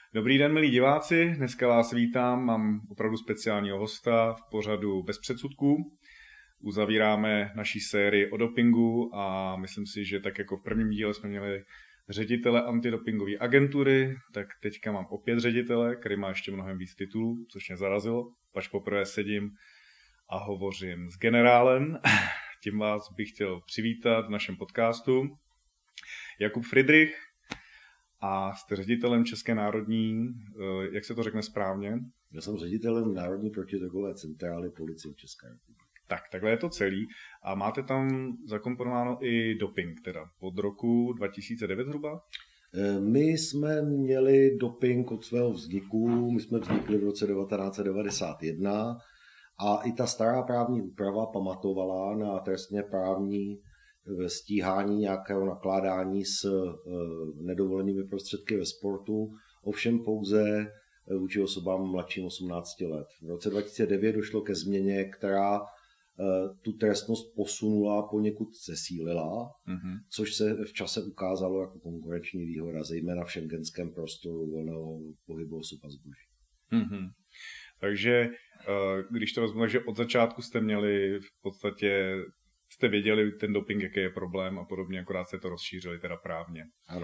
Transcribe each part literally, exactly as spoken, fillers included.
Dobrý den, milí diváci, dneska vás vítám, mám opravdu speciálního hosta v pořadu Bez předsudků. Uzavíráme naší sérii o dopingu a myslím si, že tak jako v prvním díle jsme měli ředitele antidopingové agentury, tak teďka mám opět ředitele, který má ještě mnohem víc titulů, což mě zarazilo, pač poprvé sedím a hovořím s generálem. Tím vás bych chtěl přivítat v našem podcastu. Jakub Fridrich, a jste ředitelem České národní, jak se to řekne správně? Já jsem ředitelem Národní protidrogové centrály Policie České republiky. Tak, takhle je to celý. A máte tam zakomponováno i doping, teda od roku dva tisíce devět zhruba? My jsme měli doping od svého vzniku, my jsme vznikli v roce devatenáct set devadesát jedna a i ta stará právní úprava pamatovala na trestně právní stíhání nějakého nakládání s nedovolenými prostředky ve sportu, ovšem pouze vůči osobám mladším osmnácti let. V roce dva tisíce devět došlo ke změně, která tu trestnost posunula, poněkud zesílila, mm-hmm. což se v čase ukázalo jako konkurenční výhoda, zejména v schengenském prostoru volného pohybu osob a zboží. Mm-hmm. Takže když to vezmu, že od začátku jste měli v podstatě jste věděli ten doping, jaký je problém a podobně, akorát jste to rozšířili teda právně. Ano.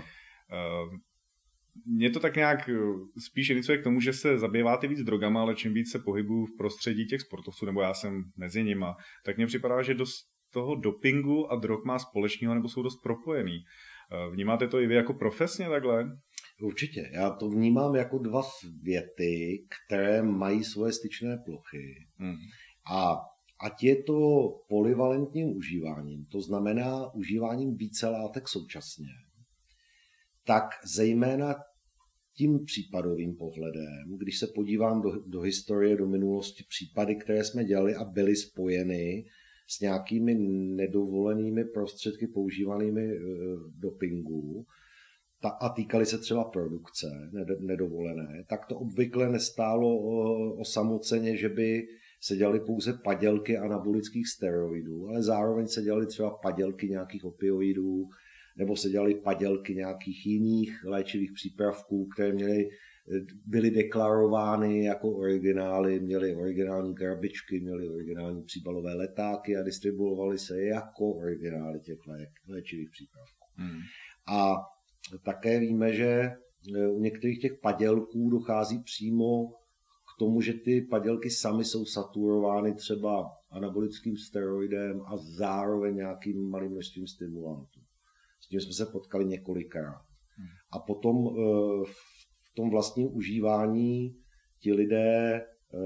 Mně to tak nějak spíš iniciuje k tomu, že se zabýváte víc drogama, ale čím víc se pohybuju v prostředí těch sportovců, nebo já jsem mezi nima, tak mně připadá, že dost toho dopingu a drog má společného, nebo jsou dost propojený. Vnímáte to i vy jako profesně takhle? Určitě. Já to vnímám jako dva světy, které mají svoje styčné plochy. Hmm. A ať je to polyvalentním užíváním, to znamená užíváním více látek současně, tak zejména tím případovým pohledem, když se podívám do, do historie, do minulosti, případy, které jsme dělali a byly spojeny s nějakými nedovolenými prostředky používanými e, dopingu ta, a týkaly se třeba produkce nedovolené, tak to obvykle nestálo o, osamoceně, že by se dělaly pouze padělky anabolických steroidů, ale zároveň se dělaly třeba padělky nějakých opioidů, nebo se dělaly padělky nějakých jiných léčivých přípravků, které měly, byly deklarovány jako originály, měly originální krabičky, měly originální příbalové letáky a distribuovaly se jako originály těch léčivých přípravků. Hmm. A také víme, že u některých těch padělků dochází přímo k tomu, že ty padělky samy jsou saturovány třeba anabolickým steroidem a zároveň nějakým malým množstvím stimulantů. S tím jsme se potkali několikrát. Hmm. A potom v tom vlastním užívání ti lidé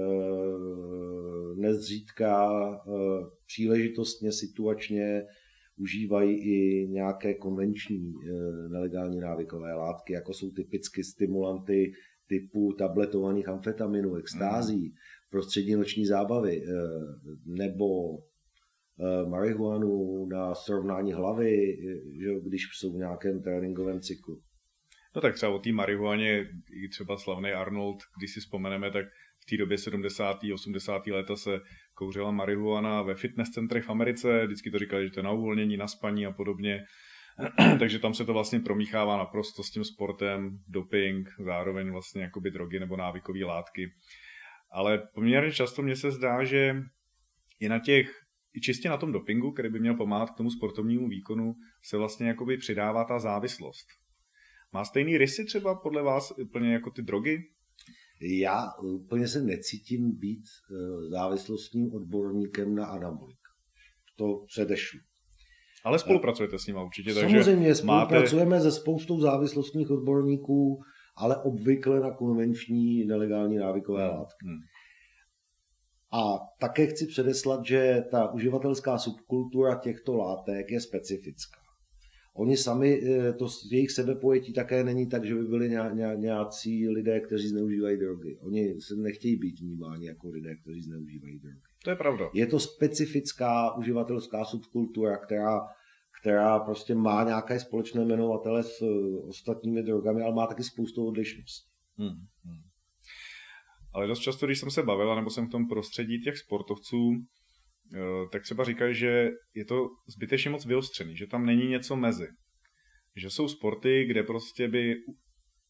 nezřídka příležitostně, situačně užívají i nějaké konvenční nelegální návykové látky, jako jsou typicky stimulanty typu tabletovaných amfetaminů, extází, mm. prostřední noční zábavy, nebo marihuanu na srovnání hlavy, že, když jsou v nějakém tréninkovém cyklu. No tak třeba o té marihuaně, i třeba slavný Arnold, když si vzpomeneme, tak v té době sedmdesátých osmdesátých léta se kouřila marihuana ve fitness centrech v Americe, vždycky to říkali, že to je na uvolnění, na spaní a podobně. Takže tam se to vlastně promíchává naprosto s tím sportem, doping, zároveň vlastně jakoby drogy nebo návykové látky. Ale poměrně často mně se zdá, že i na těch, i čistě na tom dopingu, který by měl pomáhat k tomu sportovnímu výkonu, se vlastně jakoby přidává ta závislost. Má stejný rysy třeba podle vás úplně jako ty drogy? Já úplně se necítím být závislostním odborníkem na anabolik. To předešlu. Ale spolupracujete s nimi určitě. Samozřejmě takže spolupracujeme máte... se spoustou závislostních odborníků, ale obvykle na konvenční nelegální návykové hmm. látky. Hmm. A také chci předeslat, že ta uživatelská subkultura těchto látek je specifická. Oni sami, to jejich sebepojetí také není tak, že by byli nějací lidé, kteří zneužívají drogy. Oni se nechtějí být vnímáni jako lidé, kteří zneužívají drogy. To je pravda. Je to specifická uživatelská subkultura, která, která prostě má nějaké společné jmenovatele s ostatními drogami, ale má taky spoustu odlišností. Hmm, hmm. Ale dost často, když jsem se bavil, nebo jsem v tom prostředí těch sportovců, tak třeba říkají, že je to zbytečně moc vyostřený, že tam není něco mezi. Že jsou sporty, kde prostě by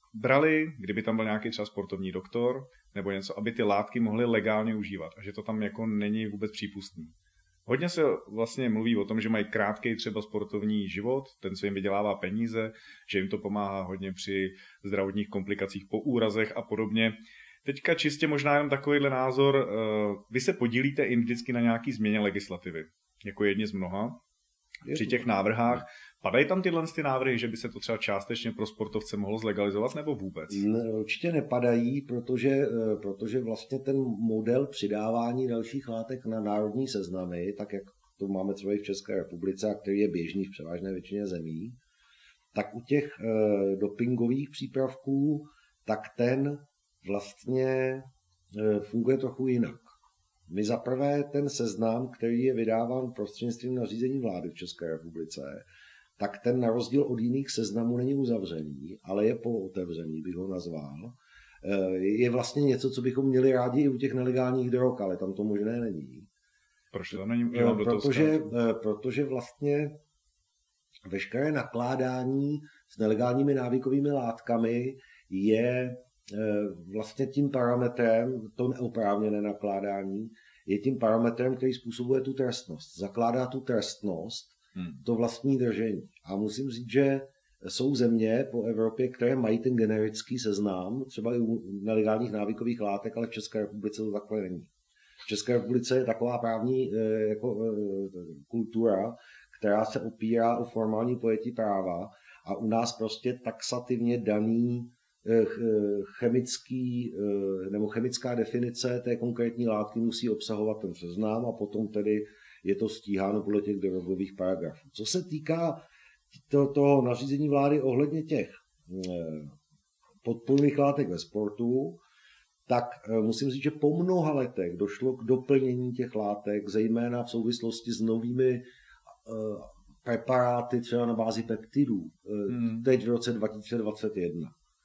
brali, kdyby tam byl nějaký třeba sportovní doktor nebo něco, aby ty látky mohly legálně užívat a že to tam jako není vůbec přípustný. Hodně se vlastně mluví o tom, že mají krátký třeba sportovní život, ten se jim vydělává peníze, že jim to pomáhá hodně při zdravotních komplikacích po úrazech a podobně. Teďka čistě možná jenom takovýhle názor, vy se podílíte i vždycky na nějaký změně legislativy, jako jedni z mnoha, při těch návrhách. Padají tam tyhle ty návrhy, že by se to třeba částečně pro sportovce mohlo zlegalizovat, nebo vůbec? Ne, určitě nepadají, protože, protože vlastně ten model přidávání dalších látek na národní seznamy, tak jak to máme třeba i v České republice, a který je běžný v převážné většině zemí, tak u těch e, dopingových přípravků, tak ten vlastně e, funguje trochu jinak. My zaprvé ten seznam, který je vydáván prostřednictvím nařízení vlády v České republice, tak ten na rozdíl od jiných seznamů není uzavřený, ale je polootevřený, bych ho nazval. Je vlastně něco, co bychom měli rádi i u těch nelegálních drog, ale tam to možné není. Proč to není? Protože, protože vlastně veškeré nakládání s nelegálními návykovými látkami je vlastně tím parametrem, to neoprávněné nakládání, je tím parametrem, který způsobuje tu trestnost. Zakládá tu trestnost, hmm. to vlastní držení. A musím říct, že jsou země po Evropě, které mají ten generický seznam, třeba i u nelegálních návykových látek, ale v České republice to takhle není. V České republice je taková právní jako, kultura, která se opírá o formální pojetí práva a u nás prostě taxativně daný chemický nebo chemická definice té konkrétní látky musí obsahovat ten seznam a potom tedy je to stíháno podle těch drogových paragrafů. Co se týká to, toho nařízení vlády ohledně těch podpůrných látek ve sportu, tak musím říct, že po mnoha letech došlo k doplnění těch látek, zejména v souvislosti s novými preparáty třeba na bázi peptidů, hmm. teď v roce dva tisíce dvacet jedna.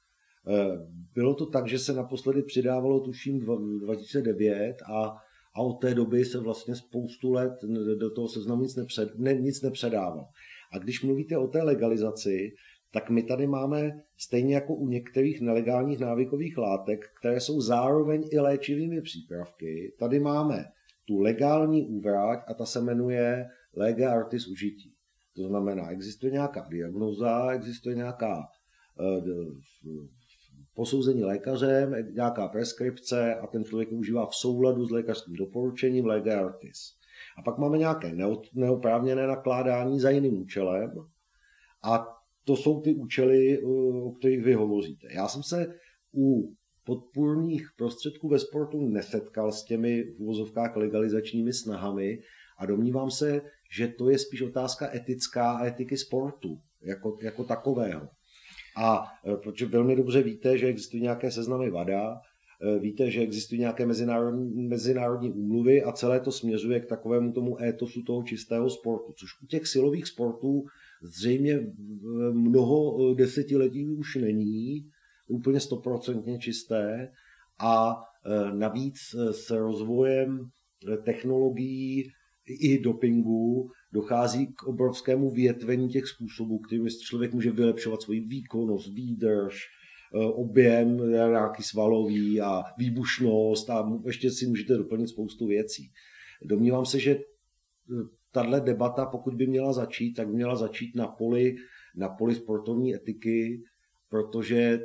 Bylo to tak, že se naposledy přidávalo tuším dva tisíce devět a, a od té doby se vlastně spoustu let do toho seznamu nic, nepřed, ne, nic nepředávalo. A když mluvíte o té legalizaci, tak my tady máme stejně jako u některých nelegálních návykových látek, které jsou zároveň i léčivými přípravky, tady máme tu legální úvrať a ta se jmenuje lege artis užití. To znamená, existuje nějaká diagnóza, existuje nějaká uh, posouzení lékařem, nějaká preskripce a ten člověk užívá v souladu s lékařským doporučením lege artis. A pak máme nějaké neoprávněné nakládání za jiným účelem a to jsou ty účely, o kterých vy hovoříte. Já jsem se u podpůrných prostředků ve sportu nesetkal s těmi v uvozovkách legalizačními snahami a domnívám se, že to je spíš otázka etická a etiky sportu jako, jako takového. A protože velmi dobře víte, že existují nějaké seznamy WADA, víte, že existují nějaké mezinárodní, mezinárodní úmluvy a celé to směřuje k takovému tomu étosu toho čistého sportu, což u těch silových sportů zřejmě mnoho desetiletí už není úplně stoprocentně čisté a navíc s rozvojem technologií i dopingu dochází k obrovskému větvení těch způsobů, kterým člověk může vylepšovat svoji výkonnost, výdrž, objem nějaký svalový a výbušnost a ještě si můžete doplnit spoustu věcí. Domnívám se, že tahle debata, pokud by měla začít, tak by měla začít na poli, na poli sportovní etiky, protože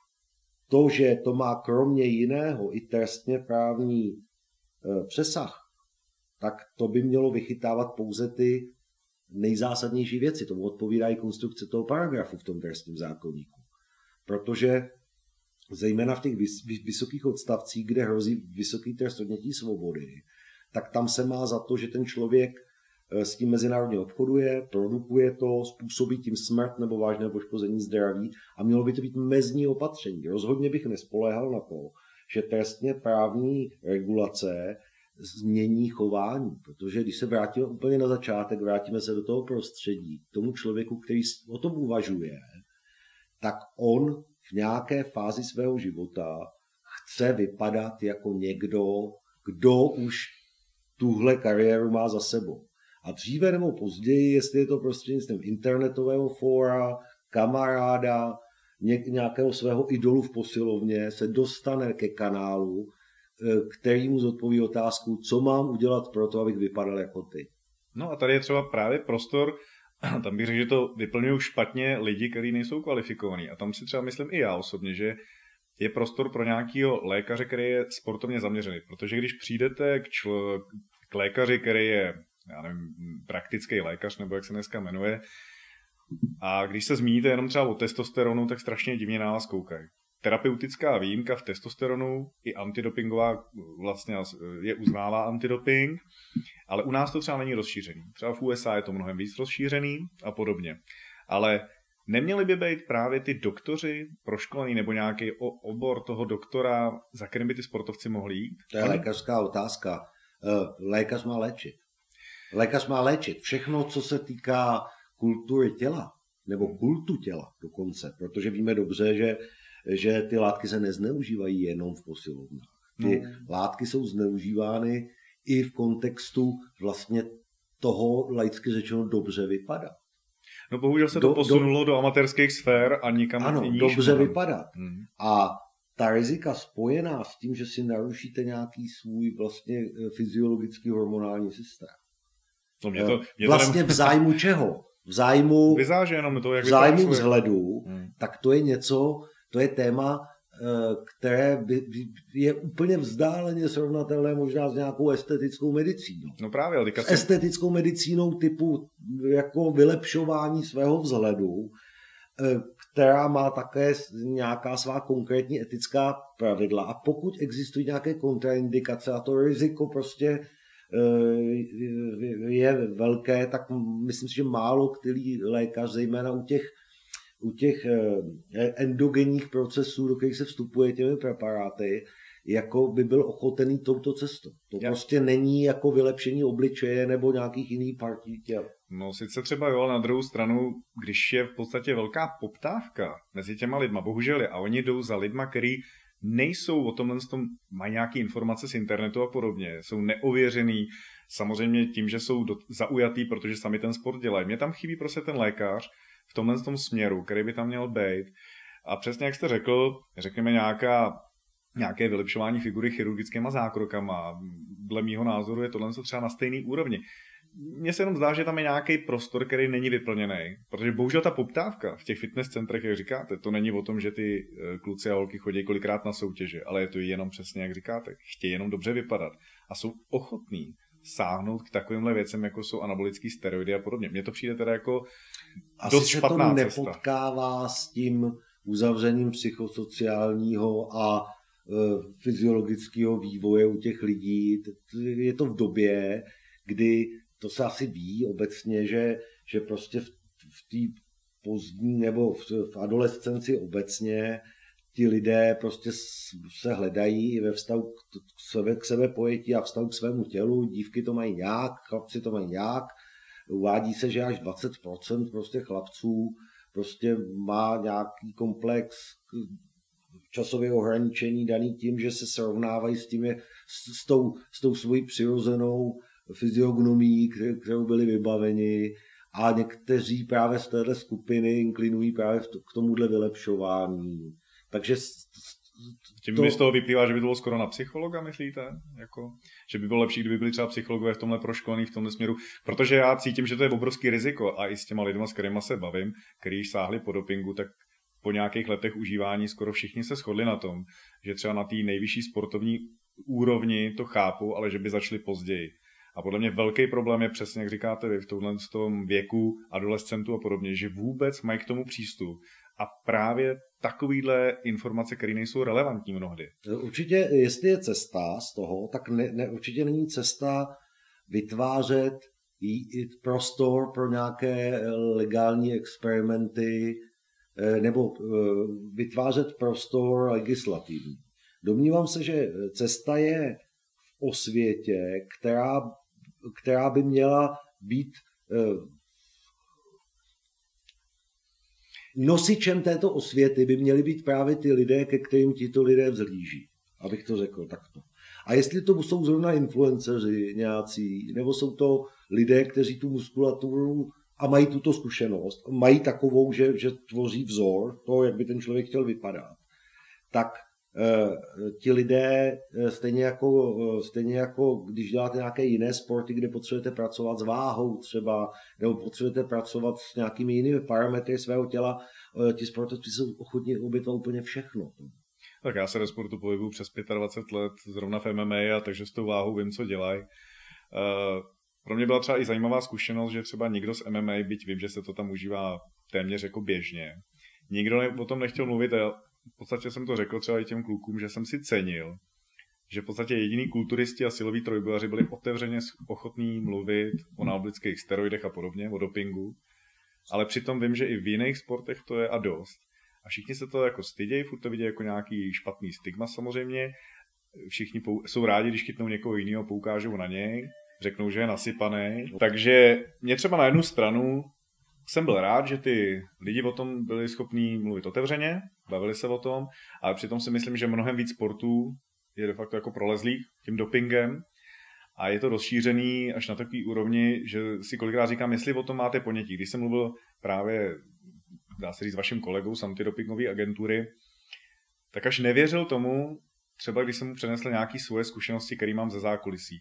to, že to má kromě jiného i trestně právní přesah, tak to by mělo vychytávat pouze ty nejzásadnější věci. Tomu odpovídá i konstrukce toho paragrafu v tom trestním zákoníku. Protože zejména v těch vysokých odstavcích, kde hrozí vysoký trest odnětí svobody, tak tam se má za to, že ten člověk s tím mezinárodně obchoduje, produkuje to, způsobí tím smrt nebo vážné poškození zdraví a mělo by to být mezní opatření. Rozhodně bych nespoléhal na to, že trestně právní regulace změní chování, protože když se vrátíme úplně na začátek, vrátíme se do toho prostředí, k tomu člověku, který o tom uvažuje, tak on v nějaké fázi svého života chce vypadat jako někdo, kdo už tuhle kariéru má za sebou. A dříve nebo později, jestli je to prostřednictvím internetového fóra, kamaráda, nějakého svého idolu v posilovně, se dostane ke kanálu, který mu zodpoví otázku, co mám udělat pro to, abych vypadal jako ty. No a tady je třeba právě prostor, tam bych řekl, že to vyplňují špatně lidi, kteří nejsou kvalifikovaní. A tam si třeba myslím i já osobně, že je prostor pro nějakého lékaře, který je sportovně zaměřený. Protože když přijdete k, čl- k lékaři, který je, já nevím, praktický lékař, nebo jak se dneska jmenuje, a když se zmíníte jenom třeba o testosteronu, tak strašně divně na vás koukají. Terapeutická výjimka v testosteronu i antidopingová vlastně je uznává antidoping, ale u nás to třeba není rozšířený. Třeba v U S A je to mnohem víc rozšířený a podobně. Ale neměli by být právě ty doktoři proškolení nebo nějaký obor toho doktora, za kterým by ty sportovci mohli jít? To je lékařská otázka. Lékař má léčit. Lékař má léčit. Všechno, co se týká kultury těla, nebo kultu těla dokonce, protože víme dobře, že, že ty látky se nezneužívají jenom v posilovnách. Ty no. látky jsou zneužívány i v kontextu vlastně toho, laicky řečeno, dobře vypadat. No bohužel se do, to posunulo do, do amatérských sfér a nikam ano, níž. Ano, dobře vypadat. Hmm. A ta rizika spojená s tím, že si narušíte nějaký svůj vlastně fyziologický hormonální systém. No mě to, mě vlastně to v zájmu čeho? V zájmu, Vyzáže jenom to, jak v zájmu vzhledu, hmm. tak to je něco, to je téma, které je úplně vzdáleně srovnatelné možná s nějakou estetickou medicínou. No právě, ale s estetickou medicínou typu jako vylepšování svého vzhledu, která má také nějaká svá konkrétní etická pravidla. A pokud existují nějaké kontraindikace a to riziko prostě je velké, tak myslím si, že málo který lékař, zejména u těch u těch endogenních procesů, do kterých se vstupuje těmi preparáty, jako by byl ochotený touto cestou. To Já. prostě není jako vylepšení obličeje nebo nějakých jiných partí těl. No sice třeba jo, ale na druhou stranu, když je v podstatě velká poptávka mezi těma lidma, bohužel je, a oni jdou za lidma, který nejsou o tomhle tom, mají nějaké informace z internetu a podobně, jsou neověřený, samozřejmě tím, že jsou do, zaujatý, protože sami ten sport dělají. Mně tam chybí prostě ten lékař, v tomhle tom směru, který by tam měl být. A přesně jak jste řekl, řekněme nějaká, nějaké vylepšování figury chirurgickýma zákrokama. Dle mýho názoru je tohle třeba na stejný úrovni. Mně se jenom zdá, že tam je nějaký prostor, který není vyplněný. Protože bohužel ta poptávka v těch fitness centrech, jak říkáte, to není o tom, že ty kluci a holky chodí kolikrát na soutěže, ale je to jenom přesně, jak říkáte. Chtějí jenom dobře vypadat a jsou ochotní sáhnout k takovýmhle věcem, jako jsou anabolický steroidy a podobně. Mně to přijde teda jako Asi dost špatná cesta. Asi se to nepotkává s tím uzavřením psychosociálního a e, fyziologického vývoje u těch lidí. Je to v době, kdy to se asi ví obecně, že, že prostě v, v té pozdní nebo v, v adolescenci obecně ti lidé prostě se hledají ve vztahu k, sebe, k sebepojetí a vztahu k svému tělu. Dívky to mají nějak, chlapci to mají nějak. Uvádí se, že až dvacet procent prostě chlapců prostě má nějaký komplex časově ohraničení daný tím, že se srovnávají s, tím, s, s, tou, s tou svojí přirozenou fyziognomií, kterou byli vybaveni. A někteří právě z této skupiny inklinují právě k tomuhle vylepšování. Takže tím to... z toho vyplývá, že by to bylo skoro na psychologa, myslíte? Jako, že by bylo lepší, kdyby byli třeba psychologové v tomhle proškolení, v tomhle směru. Protože já cítím, že to je obrovský riziko a i s těma lidma, s kterýma se bavím, který sáhli po dopingu, tak po nějakých letech užívání skoro všichni se shodli na tom, že třeba na té nejvyšší sportovní úrovni to chápou, ale že by začali později. A podle mě velký problém je přesně, jak říkáte vy, v tomhle tom věku adolescentů a podobně, že vůbec mají k tomu přístup. A právě takovýhle informace, které nejsou relevantní mnohdy. Určitě, jestli je cesta z toho, tak ne, ne, určitě není cesta vytvářet prostor pro nějaké legální experimenty nebo vytvářet prostor legislativní. Domnívám se, že cesta je v osvětě, která, která by měla být nosičem této osvěty by měli být právě ty lidé, ke kterým tito lidé vzhlíží, abych to řekl takto. A jestli to jsou zrovna influenceři nějací, nebo jsou to lidé, kteří tu muskulaturu a mají tuto zkušenost, mají takovou, že, že tvoří vzor toho, jak by ten člověk chtěl vypadat, tak ti lidé, stejně jako, stejně jako když děláte nějaké jiné sporty, kde potřebujete pracovat s váhou třeba, nebo potřebujete pracovat s nějakými jinými parametry svého těla, ti sportovci jsou ochotní obětovat úplně všechno. Tak já se do sportu pohybuju přes dvacet pět let, zrovna v M M A, a takže s tou váhou vím, co dělají. Pro mě byla třeba i zajímavá zkušenost, že třeba nikdo z M M A, byť vím, že se to tam užívá téměř jako běžně, nikdo o tom nechtěl mluvit. V podstatě jsem to řekl třeba i těm klukům, že jsem si cenil, že v podstatě jediný kulturisti a siloví trojbojaři byli otevřeně ochotní mluvit o náoblických steroidech a podobně, o dopingu, ale přitom vím, že i v jiných sportech to je a dost. A všichni se to jako stydějí, furt to vidějí jako nějaký špatný stigma samozřejmě. Všichni pou- jsou rádi, když chytnou někoho jiného, poukážou na něj, řeknou, že je nasypaný. Takže mě třeba na jednu stranu jsem byl rád, že ty lidi o tom byli schopní mluvit otevřeně, bavili se o tom, ale přitom si myslím, že mnohem víc sportů je de facto jako prolezlých tím dopingem a je to rozšířený až na takový úrovni, že si kolikrát říkám, jestli o tom máte ponětí. Když jsem mluvil právě, dá se říct, s vaším kolegou z antidopingové agentury, tak až nevěřil tomu, třeba když jsem mu přenesl nějaké svoje zkušenosti, které mám ze zákulisí.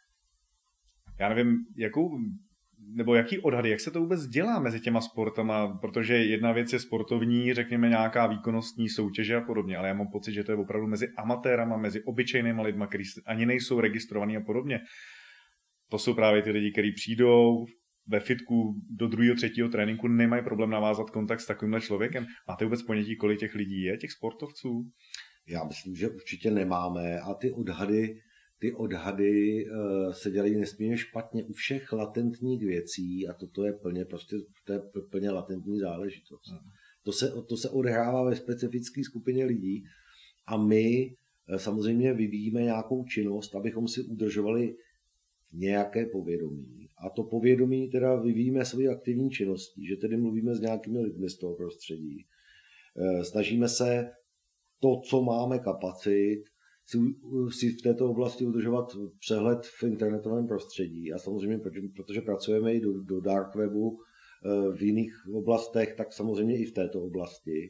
Já nevím, jakou... nebo jaký odhady, jak se to vůbec dělá mezi těma sportama, protože jedna věc je sportovní, řekněme nějaká výkonnostní soutěže a podobně, ale já mám pocit, že to je opravdu mezi amatérama, mezi obyčejnýma lidma, kteří ani nejsou registrovaní a podobně. To jsou právě ty lidi, kteří přijdou ve fitku do druhého, třetího tréninku, nemají problém navázat kontakt s takovýmhle člověkem. Máte vůbec ponětí, kolik těch lidí je, těch sportovců? Já myslím, že určitě nemáme a ty odhady Ty odhady uh, se dělají nesmírně špatně u všech latentních věcí a toto je plně, prostě, to je plně latentní záležitost. Hmm. To se, to se odehrává ve specifické skupině lidí a my uh, samozřejmě vyvíjíme nějakou činnost, abychom si udržovali nějaké povědomí. A to povědomí teda vyvíjíme svojí aktivní činností, že tedy mluvíme s nějakými lidmi z toho prostředí. Uh, snažíme se to, co máme kapacit, Si, si v této oblasti udržovat přehled v internetovém prostředí a samozřejmě, protože, protože pracujeme i do, do dark webu v jiných oblastech, tak samozřejmě i v této oblasti.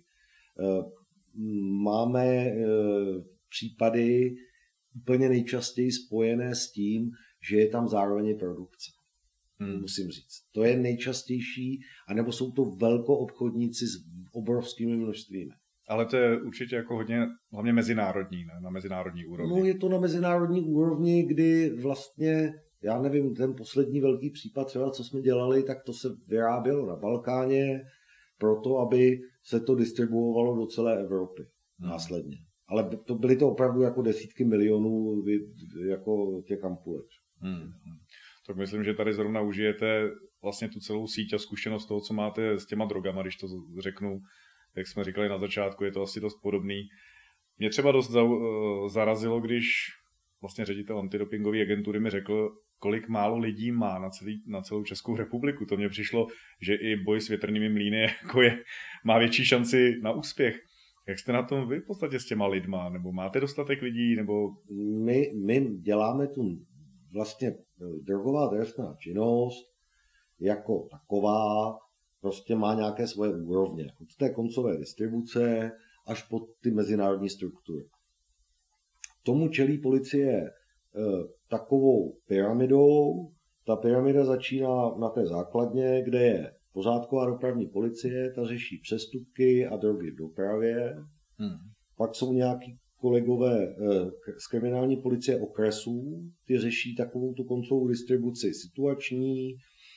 Máme případy úplně nejčastěji spojené s tím, že je tam zároveň produkce. Hmm. Musím říct. To je nejčastější, anebo jsou to velkoobchodníci s obrovskými množstvími. Ale to je určitě jako hodně, hlavně mezinárodní, ne? Na mezinárodní úrovni. No je to na mezinárodní úrovni, kdy vlastně, já nevím, ten poslední velký případ třeba, co jsme dělali, tak to se vyrábělo na Balkáně, proto, aby se to distribuovalo do celé Evropy hmm. následně. Ale to byly to opravdu jako desítky milionů jako těch ampulek. Hmm. Tak myslím, že tady zrovna užijete vlastně tu celou síť a zkušenost toho, co máte s těma drogama, když to řeknu. Jak jsme říkali na začátku, je to asi dost podobný. Mě třeba dost zarazilo, když vlastně ředitel antidopingové agentury mi řekl, kolik málo lidí má na, celý, na celou Českou republiku. To mně přišlo, že i boj s větrnými mlýny jako je, má větší šanci na úspěch. Jak jste na tom vy v podstatě s těma lidma? Nebo máte dostatek lidí? Nebo... My, my děláme tu vlastně drogová trestná činnost jako taková, prostě má nějaké svoje úrovně. Od té koncové distribuce až po ty mezinárodní struktury. Tomu čelí policie e, takovou pyramidou. Ta pyramida začíná na té základně, kde je pořádková dopravní policie, ta řeší přestupky a drogy v dopravě. Hmm. Pak jsou nějaký kolegové e, z kriminální policie okresů, ty řeší takovou tu koncovou distribuci situační,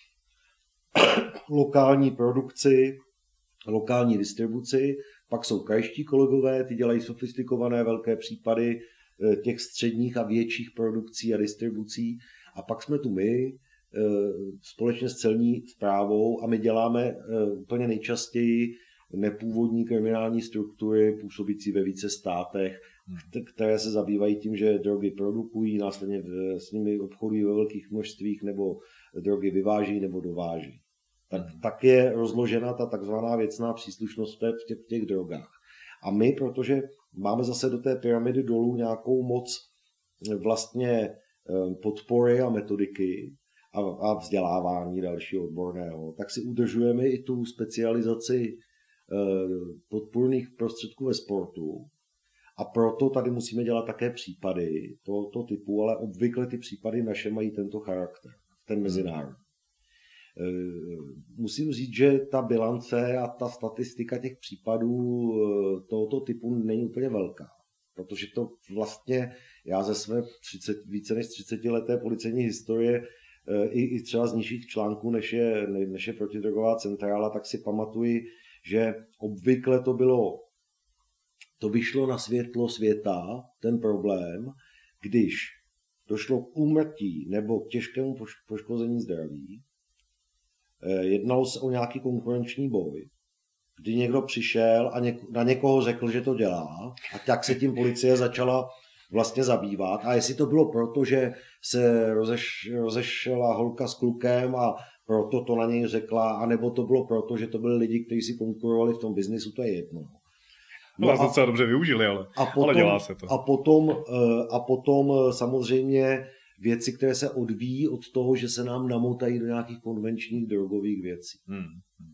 lokální produkci, lokální distribuci, pak jsou krajští kolegové, ty dělají sofistikované velké případy těch středních a větších produkcí a distribucí a pak jsme tu my společně s celní správou a my děláme úplně nejčastěji nepůvodní kriminální struktury působící ve více státech, které se zabývají tím, že drogy produkují, následně s nimi obchodují ve velkých množstvích nebo drogy vyváží nebo dováží. Tak, tak je rozložena ta takzvaná věcná příslušnost v těch, v těch drogách. A my, protože máme zase do té pyramidy dolů nějakou moc vlastně podpory a metodiky a, a vzdělávání dalšího odborného, tak si udržujeme i tu specializaci e, podpůrných prostředků ve sportu. A proto tady musíme dělat také případy tohoto typu, ale obvykle ty případy naše mají tento charakter, ten mezinárodní. Musím říct, že ta bilance a ta statistika těch případů tohoto typu není úplně velká, protože to vlastně já ze své třicet, více než třicetileté policejní historie i, i třeba z nižších článků, než je, než je protidrogová centrála, tak si pamatuji, že obvykle to bylo To vyšlo na světlo světa, ten problém, když došlo k úmrtí nebo k těžkému poškození zdraví, jednalo se o nějaký konkurenční boj, kdy někdo přišel a něk- na někoho řekl, že to dělá, a tak se tím policie začala vlastně zabývat. A jestli to bylo proto, že se rozeš- rozešla holka s klukem a proto to na něj řekla, anebo to bylo proto, že to byli lidi, kteří si konkurovali v tom biznisu, to je jedno. No, no a docela dobře využili, ale, a potom, ale dělá se to. A potom, a potom samozřejmě věci, které se odvíjí od toho, že se nám namotají do nějakých konvenčních drogových věcí. Hmm.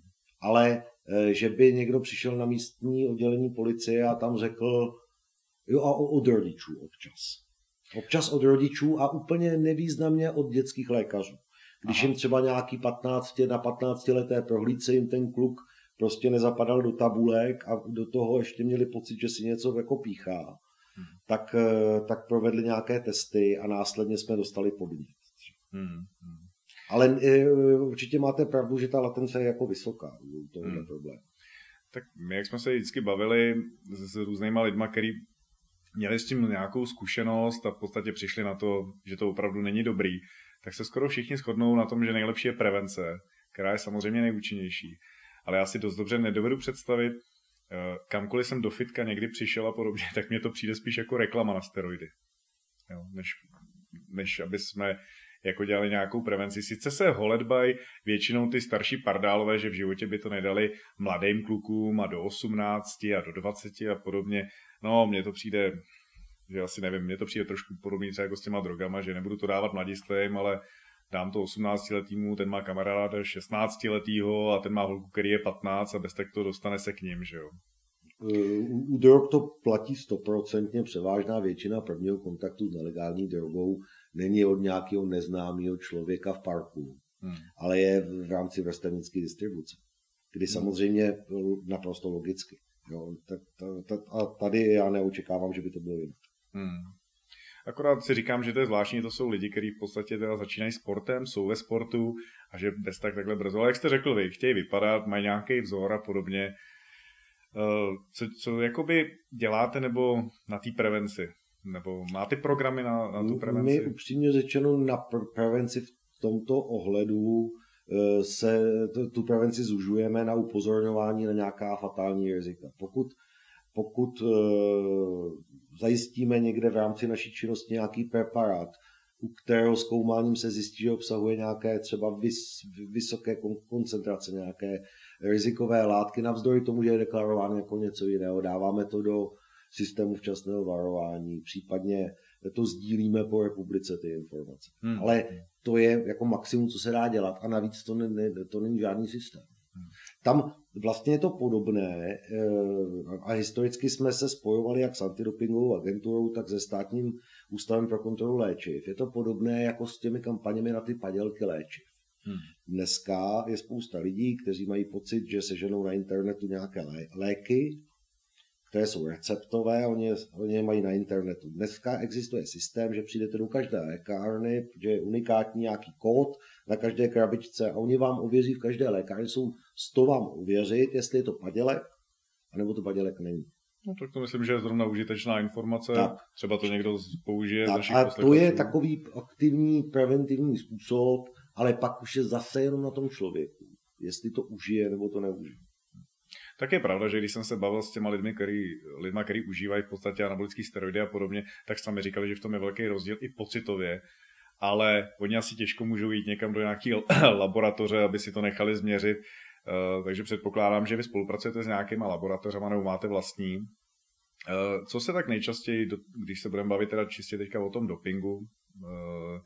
Ale že by někdo přišel na místní oddělení policie a tam řekl, jo, a od rodičů občas. Občas od rodičů a úplně nevýznamně od dětských lékařů. Když Aha. jim třeba nějaký patnáct na patnáctileté prohlídce jim ten kluk prostě nezapadal do tabulek a do toho ještě měli pocit, že si něco jako píchá, hmm. tak, tak provedli nějaké testy a následně jsme dostali podnět. Hmm. Hmm. Ale určitě máte pravdu, že ta latence je jako vysoká. To je hmm. problém. Tak my, jak jsme se vždycky bavili s, s různýma lidma, kteří měli s tím nějakou zkušenost a v podstatě přišli na to, že to opravdu není dobrý, tak se skoro všichni shodnou na tom, že nejlepší je prevence, která je samozřejmě nejúčinnější. Ale já si dost dobře nedovedu představit, kamkoliv jsem do fitka někdy přišel a podobně, tak mně to přijde spíš jako reklama na steroidy. Jo, než, než aby jsme jako dělali nějakou prevenci. Sice se holedbají většinou ty starší pardálové, že v životě by to nedali mladým klukům a do osmnácti a do dvaceti a podobně. No, mně to přijde, že asi nevím, mně to přijde trošku podobný třeba jako s těma drogama, že nebudu to dávat mladistvým, ale dám to osmnáctiletýmu, ten má kamaráda šestnáctiletýho a ten má holku, který je patnáct a bez tak to dostane se k ním, že jo. U drog to platí stoprocentně, převážná většina prvního kontaktu s nelegální drogou není od nějakého neznámého člověka v parku, hmm. ale je v rámci vrstevnické distribuce, kdy hmm. samozřejmě naprosto logicky. Jo. A tady já neočekávám, že by to bylo jinak. Hmm. Akorát si říkám, že to je zvláštní, to jsou lidi, kteří v podstatě teda začínají sportem, jsou ve sportu a že bez tak takhle brzo. Ale jak jste řekl vy, chtějí vypadat, mají nějaký vzor a podobně. Co, co jakoby děláte nebo na té prevenci? Nebo máte programy na, na tu prevenci? My upřímně řečeno na prevenci v tomto ohledu se tu prevenci zužujeme na upozorňování na nějaká fatální rizika. Pokud, pokud zajistíme někde v rámci naší činnosti nějaký preparát, u kterého zkoumáním se zjistí, že obsahuje nějaké třeba vys, vysoké koncentrace, nějaké rizikové látky, navzdory tomu, že je deklarován jako něco jiného. Dáváme to do systému včasného varování, případně to sdílíme po republice ty informace. Hmm. Ale to je jako maximum, co se dá dělat a navíc to, ne, to není žádný systém. Hmm. Tam vlastně je to podobné a historicky jsme se spojovali jak s antidopingovou agenturou, tak se státním ústavem pro kontrolu léčiv. Je to podobné jako s těmi kampaněmi na ty padělky léčiv. Hmm. Dneska je spousta lidí, kteří mají pocit, že seženou na internetu nějaké lé- léky, které jsou receptové, oni, oni je mají na internetu. Dneska existuje systém, že přijdete do každé lékárny, že je unikátní nějaký kód na každé krabičce a oni vám ověří v každé lékárně, jsou sto vám ověřit, jestli je to padělek, anebo to padělek není. No tak to myslím, že je zrovna užitečná informace, tak. Třeba to někdo použije. Tak, a to je takový aktivní, preventivní způsob, ale pak už je zase jenom na tom člověku, jestli to užije nebo to neužije. Tak je pravda, že když jsem se bavil s těma lidmi, který, lidma, který užívají v podstatě anabolické steroidy a podobně, tak sami říkali, že v tom je velký rozdíl i pocitově, ale oni asi těžko můžou jít někam do nějaké laboratoře, aby si to nechali změřit, uh, takže předpokládám, že vy spolupracujete s nějakýma laboratořema nebo máte vlastní. Uh, co se tak nejčastěji, když se budeme bavit teda čistě teďka o tom dopingu, uh,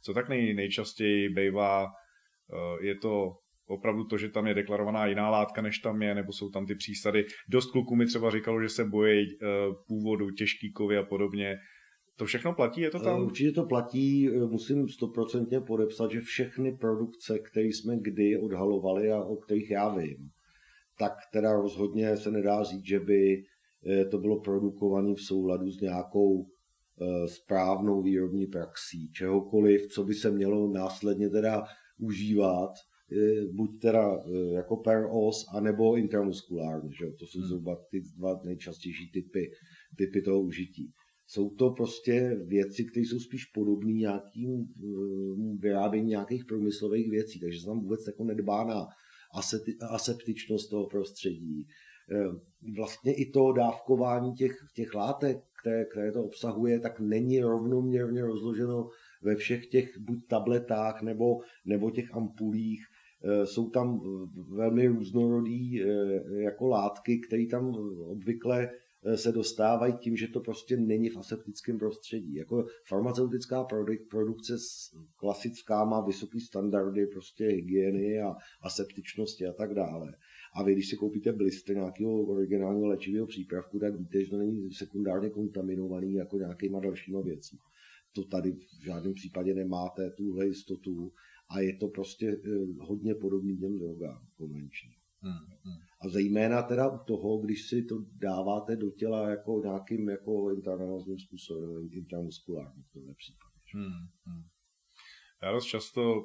Co tak nej, nejčastěji bývá, je to opravdu to, že tam je deklarovaná jiná látka, než tam je, nebo jsou tam ty přísady. Dost kluků mi třeba říkalo, že se bojí původu, těžký kovy a podobně. To všechno platí, je to tam? Určitě to platí, musím stoprocentně podepsat, že všechny produkce, které jsme kdy odhalovali a o kterých já vím, tak teda rozhodně se nedá říct, že by to bylo produkované v souladu s nějakou správnou výrobní praxí, čehokoliv, co by se mělo následně teda užívat, buď teda jako per os, anebo intramuskulárně, že? To jsou zhruba ty dva nejčastější typy, typy toho užití. Jsou to prostě věci, které jsou spíš podobné nějakým vyrábění nějakých průmyslových věcí, takže se tam vůbec jako nedbá na aseptičnost toho prostředí. Vlastně i to dávkování těch, těch látek, které, které to obsahuje, tak není rovnoměrně rozloženo ve všech těch buď tabletách nebo, nebo těch ampulích. Jsou tam velmi různorodý jako látky, které tam obvykle se dostávají tím, že to prostě není v aseptickém prostředí. Jako farmaceutická produkce klasická má vysoké standardy prostě hygieny a aseptičnosti a tak dále. A vy, když si koupíte blister nějakého originálního léčivého přípravku, tak víte, že to není sekundárně kontaminovaný jako nějakýma dalšíma věcmi. To tady v žádném případě nemáte, tuhle jistotu, a je to prostě hodně podobný těm drogám konvenčním. Hmm, hmm. A zejména teda u toho, když si to dáváte do těla jako nějakým jako intravenózním způsobem, intramuskulárním v tomhle případě. Hmm, hmm. Já dost často,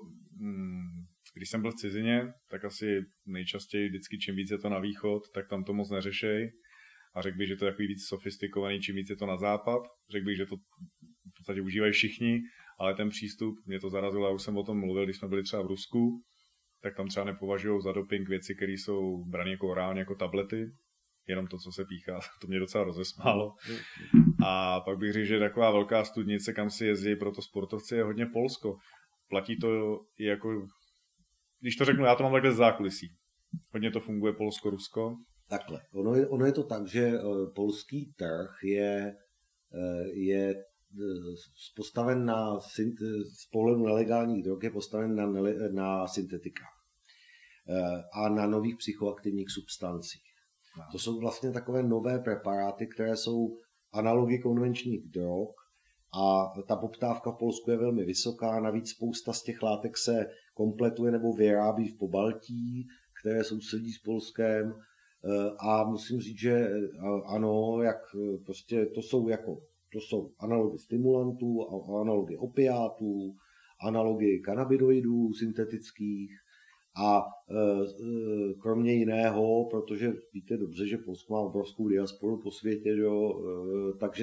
když jsem byl v cizině, tak asi nejčastěji vždycky čím víc je to na východ, tak tam to moc neřešej. A řekl bych, že to je takový víc sofistikovaný, čím víc je to na západ. Řekl bych, že to v podstatě užívají všichni, ale ten přístup, mě to zarazilo, já už jsem o tom mluvil, když jsme byli třeba v Rusku, tak tam třeba nepovažují za doping věci, které jsou brané jako orálně, jako tablety, jenom to, co se píchá, to mě docela rozesmálo. A pak bych řekl, že taková velká studnice, kam si jezdí proto sportovci, je hodně Polsko. Platí to i jako, když to řeknu, já to mám takhle z zákulisí. Hodně to funguje Polsko-Rusko. Takhle, ono je, ono je to tak, že polský trh je, je postaven na, z pohledu nelegálních drog je postaven na, na syntetikách a na nových psychoaktivních substancích. No. To jsou vlastně takové nové preparáty, které jsou analogy konvenčních drog a ta poptávka v Polsku je velmi vysoká, navíc spousta z těch látek se kompletuje nebo vyrábí v Pobaltí, které sousedí s Polskem, a musím říct, že ano, jak prostě to jsou jako To jsou analogy stimulantů, analogy opiátů, analogy kanabidoidů syntetických a e, kromě jiného, protože víte dobře, že Polsko má obrovskou diasporu po světě, že jo, e, takže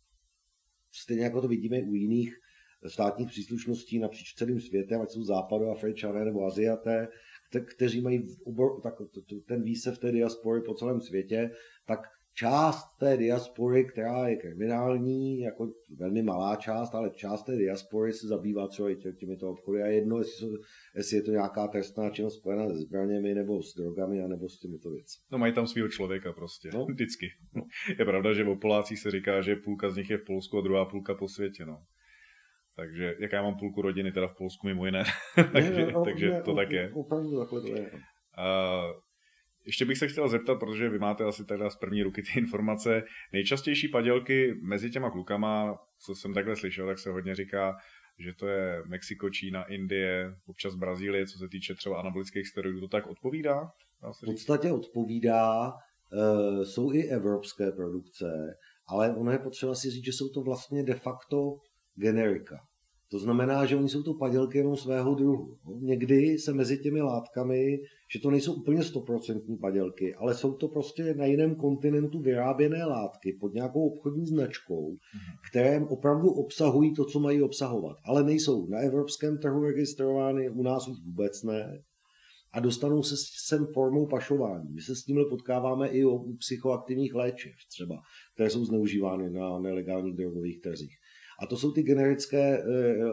stejně jako to vidíme u jiných státních příslušností napříč celým světem, ať jsou západoafričané nebo Aziaté, kteří mají obor, tak, ten výsev té diaspory po celém světě, tak část té diaspory, která je kriminální, jako velmi malá část, ale část té diaspory se zabývá třeba i těmito obchody a jedno, jestli, jestli je to nějaká trestná činnost spojená se zbraněmi nebo s drogami nebo s těmito věci. No mají tam svého člověka prostě, no. Vždycky. No. Je pravda, že o Polácích se říká, že půlka z nich je v Polsku a druhá půlka po světě, no. Takže, jak já mám půlku rodiny teda v Polsku mimo jiné, takže, ne, no, takže ne, to tak je. Opravdu takhle to je. A ještě bych se chtěl zeptat, protože vy máte asi teda z první ruky ty informace, nejčastější padělky mezi těma klukama, co jsem takhle slyšel, tak se hodně říká, že to je Mexiko, Čína, Indie, občas Brazílie, co se týče třeba anabolických steroidů, to tak odpovídá? V podstatě odpovídá, e, jsou i evropské produkce, ale ono je potřeba si říct, že jsou to vlastně de facto generika. To znamená, že oni jsou to padělky jenom svého druhu. Někdy se mezi těmi látkami, že to nejsou úplně stoprocentní padělky, ale jsou to prostě na jiném kontinentu vyráběné látky pod nějakou obchodní značkou, které opravdu obsahují to, co mají obsahovat. Ale nejsou na evropském trhu registrovány, u nás už vůbec ne. A dostanou se sem formou pašování. My se s tímhle potkáváme i u psychoaktivních léčiv třeba, které jsou zneužívány na nelegálních drogových trzích. A to jsou ty generické,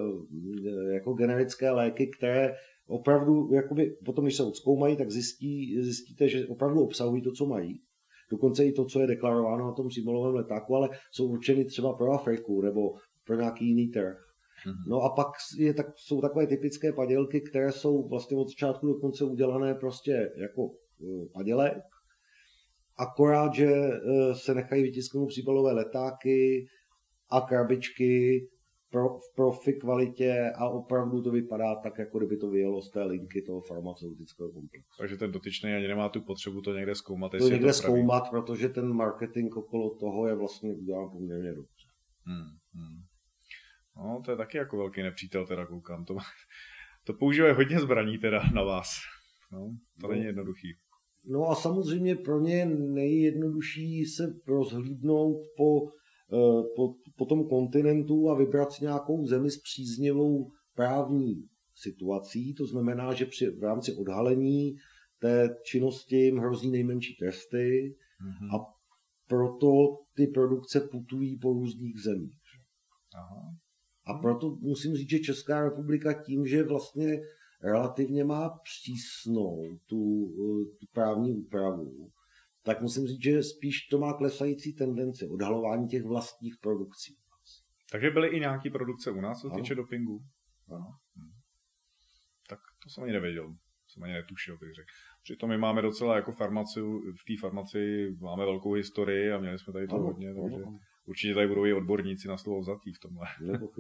jako generické léky, které opravdu, jakoby, potom, když se odzkoumají, tak zjistí, zjistíte, že opravdu obsahují to, co mají. Dokonce i to, co je deklarováno na tom příbalovém letáku, ale jsou určeny třeba pro Afriku nebo pro nějaký jiný trh. No a pak je, tak, jsou takové typické padělky, které jsou vlastně od začátku do konce udělané prostě jako padělek, akorát, že se nechají vytisknout příbalové letáky a krabičky pro, v profi kvalitě a opravdu to vypadá tak, jako kdyby to vyjelo z té linky toho farmaceutického komplexu. Takže ten dotyčný ani nemá tu potřebu to někde zkoumat. To někde to zkoumat, protože ten marketing okolo toho je vlastně udělán poměrně dobře. Hmm, hmm. No, to je taky jako velký nepřítel, teda koukám. To, to používají hodně zbraní teda na vás. No, to no. není jednoduchý. No a samozřejmě pro ně je nejjednodušší se rozhlídnout po, po, po tom kontinentu a vybrat si nějakou zemi s příznivou právní situací. To znamená, že při, v rámci odhalení té činnosti jim hrozí nejmenší tresty mm-hmm. a proto ty produkce putují po různých zemích. Aha. A proto musím říct, že Česká republika tím, že vlastně relativně má přísnou tu, tu právní úpravu, tak musím říct, že spíš to má klesající tendenci odhalování těch vlastních produkcí. Takže byly i nějaké produkce u nás, co týče dopingu? Ano. Hmm. Tak to jsem ani nevěděl, jsem ani netušil, bych řekl. Přitom my máme docela jako farmaci, v té farmaci máme velkou historii a měli jsme tady to ano, hodně, takže ano. Určitě tady budou i odborníci na slovo vzatý v tomhle.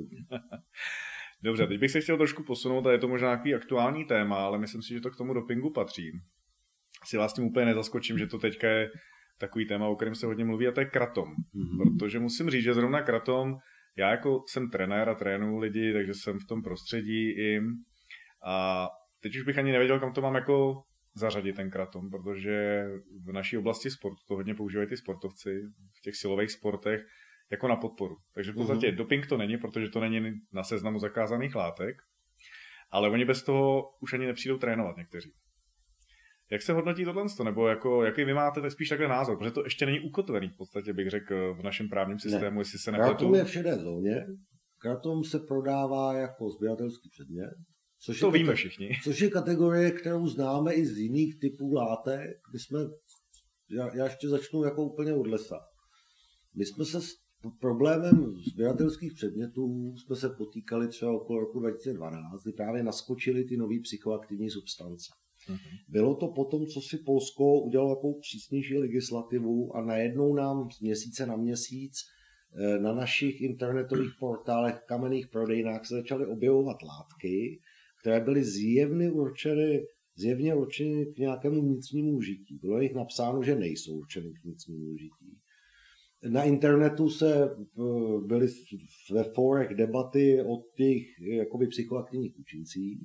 Dobře, teď bych se chtěl trošku posunout a je to možná nějaký aktuální téma, ale myslím si, že to k tomu dopingu patří. Si vás tím úplně nezaskočím, že to teďka je takový téma, o kterém se hodně mluví, a to je kratom. Mm-hmm. Protože musím říct, že zrovna kratom, já jako jsem trenér a trénuju lidi, takže jsem v tom prostředí i a teď už bych ani nevěděl, kam to mám jako zařadit ten kratom, protože v naší oblasti sportu to hodně používají ty sportovci v těch silových sportech jako na podporu. Takže v podstatě uh-huh. doping to není, protože to není na seznamu zakázaných látek, ale oni bez toho už ani nepřijdou trénovat někteří. Jak se hodnotí tohle? Nebo jako, jaký vy máte tak spíš takhle názor? Protože to ještě není ukotvený v podstatě, bych řekl, v našem právním systému, ne. Jestli se nepletu. Kratom je v šedé zóně. Kratom se prodává jako sběratelský předmět. Což to je víme kate- všichni. Což je kategorie, kterou známe i z jiných typů látek. My jsme, já, já ještě začnu jako úplně od lesa. My jsme se s problémem sběratelských předmětů jsme se potýkali třeba okolo roku dva tisíce dvanáct, kdy právě naskočily ty nové psychoaktivní substance. Mm-hmm. Bylo to potom, co si Polsko udělalo takovou přísnější legislativu a najednou nám z měsíce na měsíc na našich internetových portálech, kamenných prodejnách se začaly objevovat látky, které byly zjevně určeny, zjevně určeny k nějakému vnitřnímu užití. Bylo jich napsáno, že nejsou určeny k vnitřnímu užití. Na internetu se byly ve fórech debaty o těch jakoby psychoaktivních účincích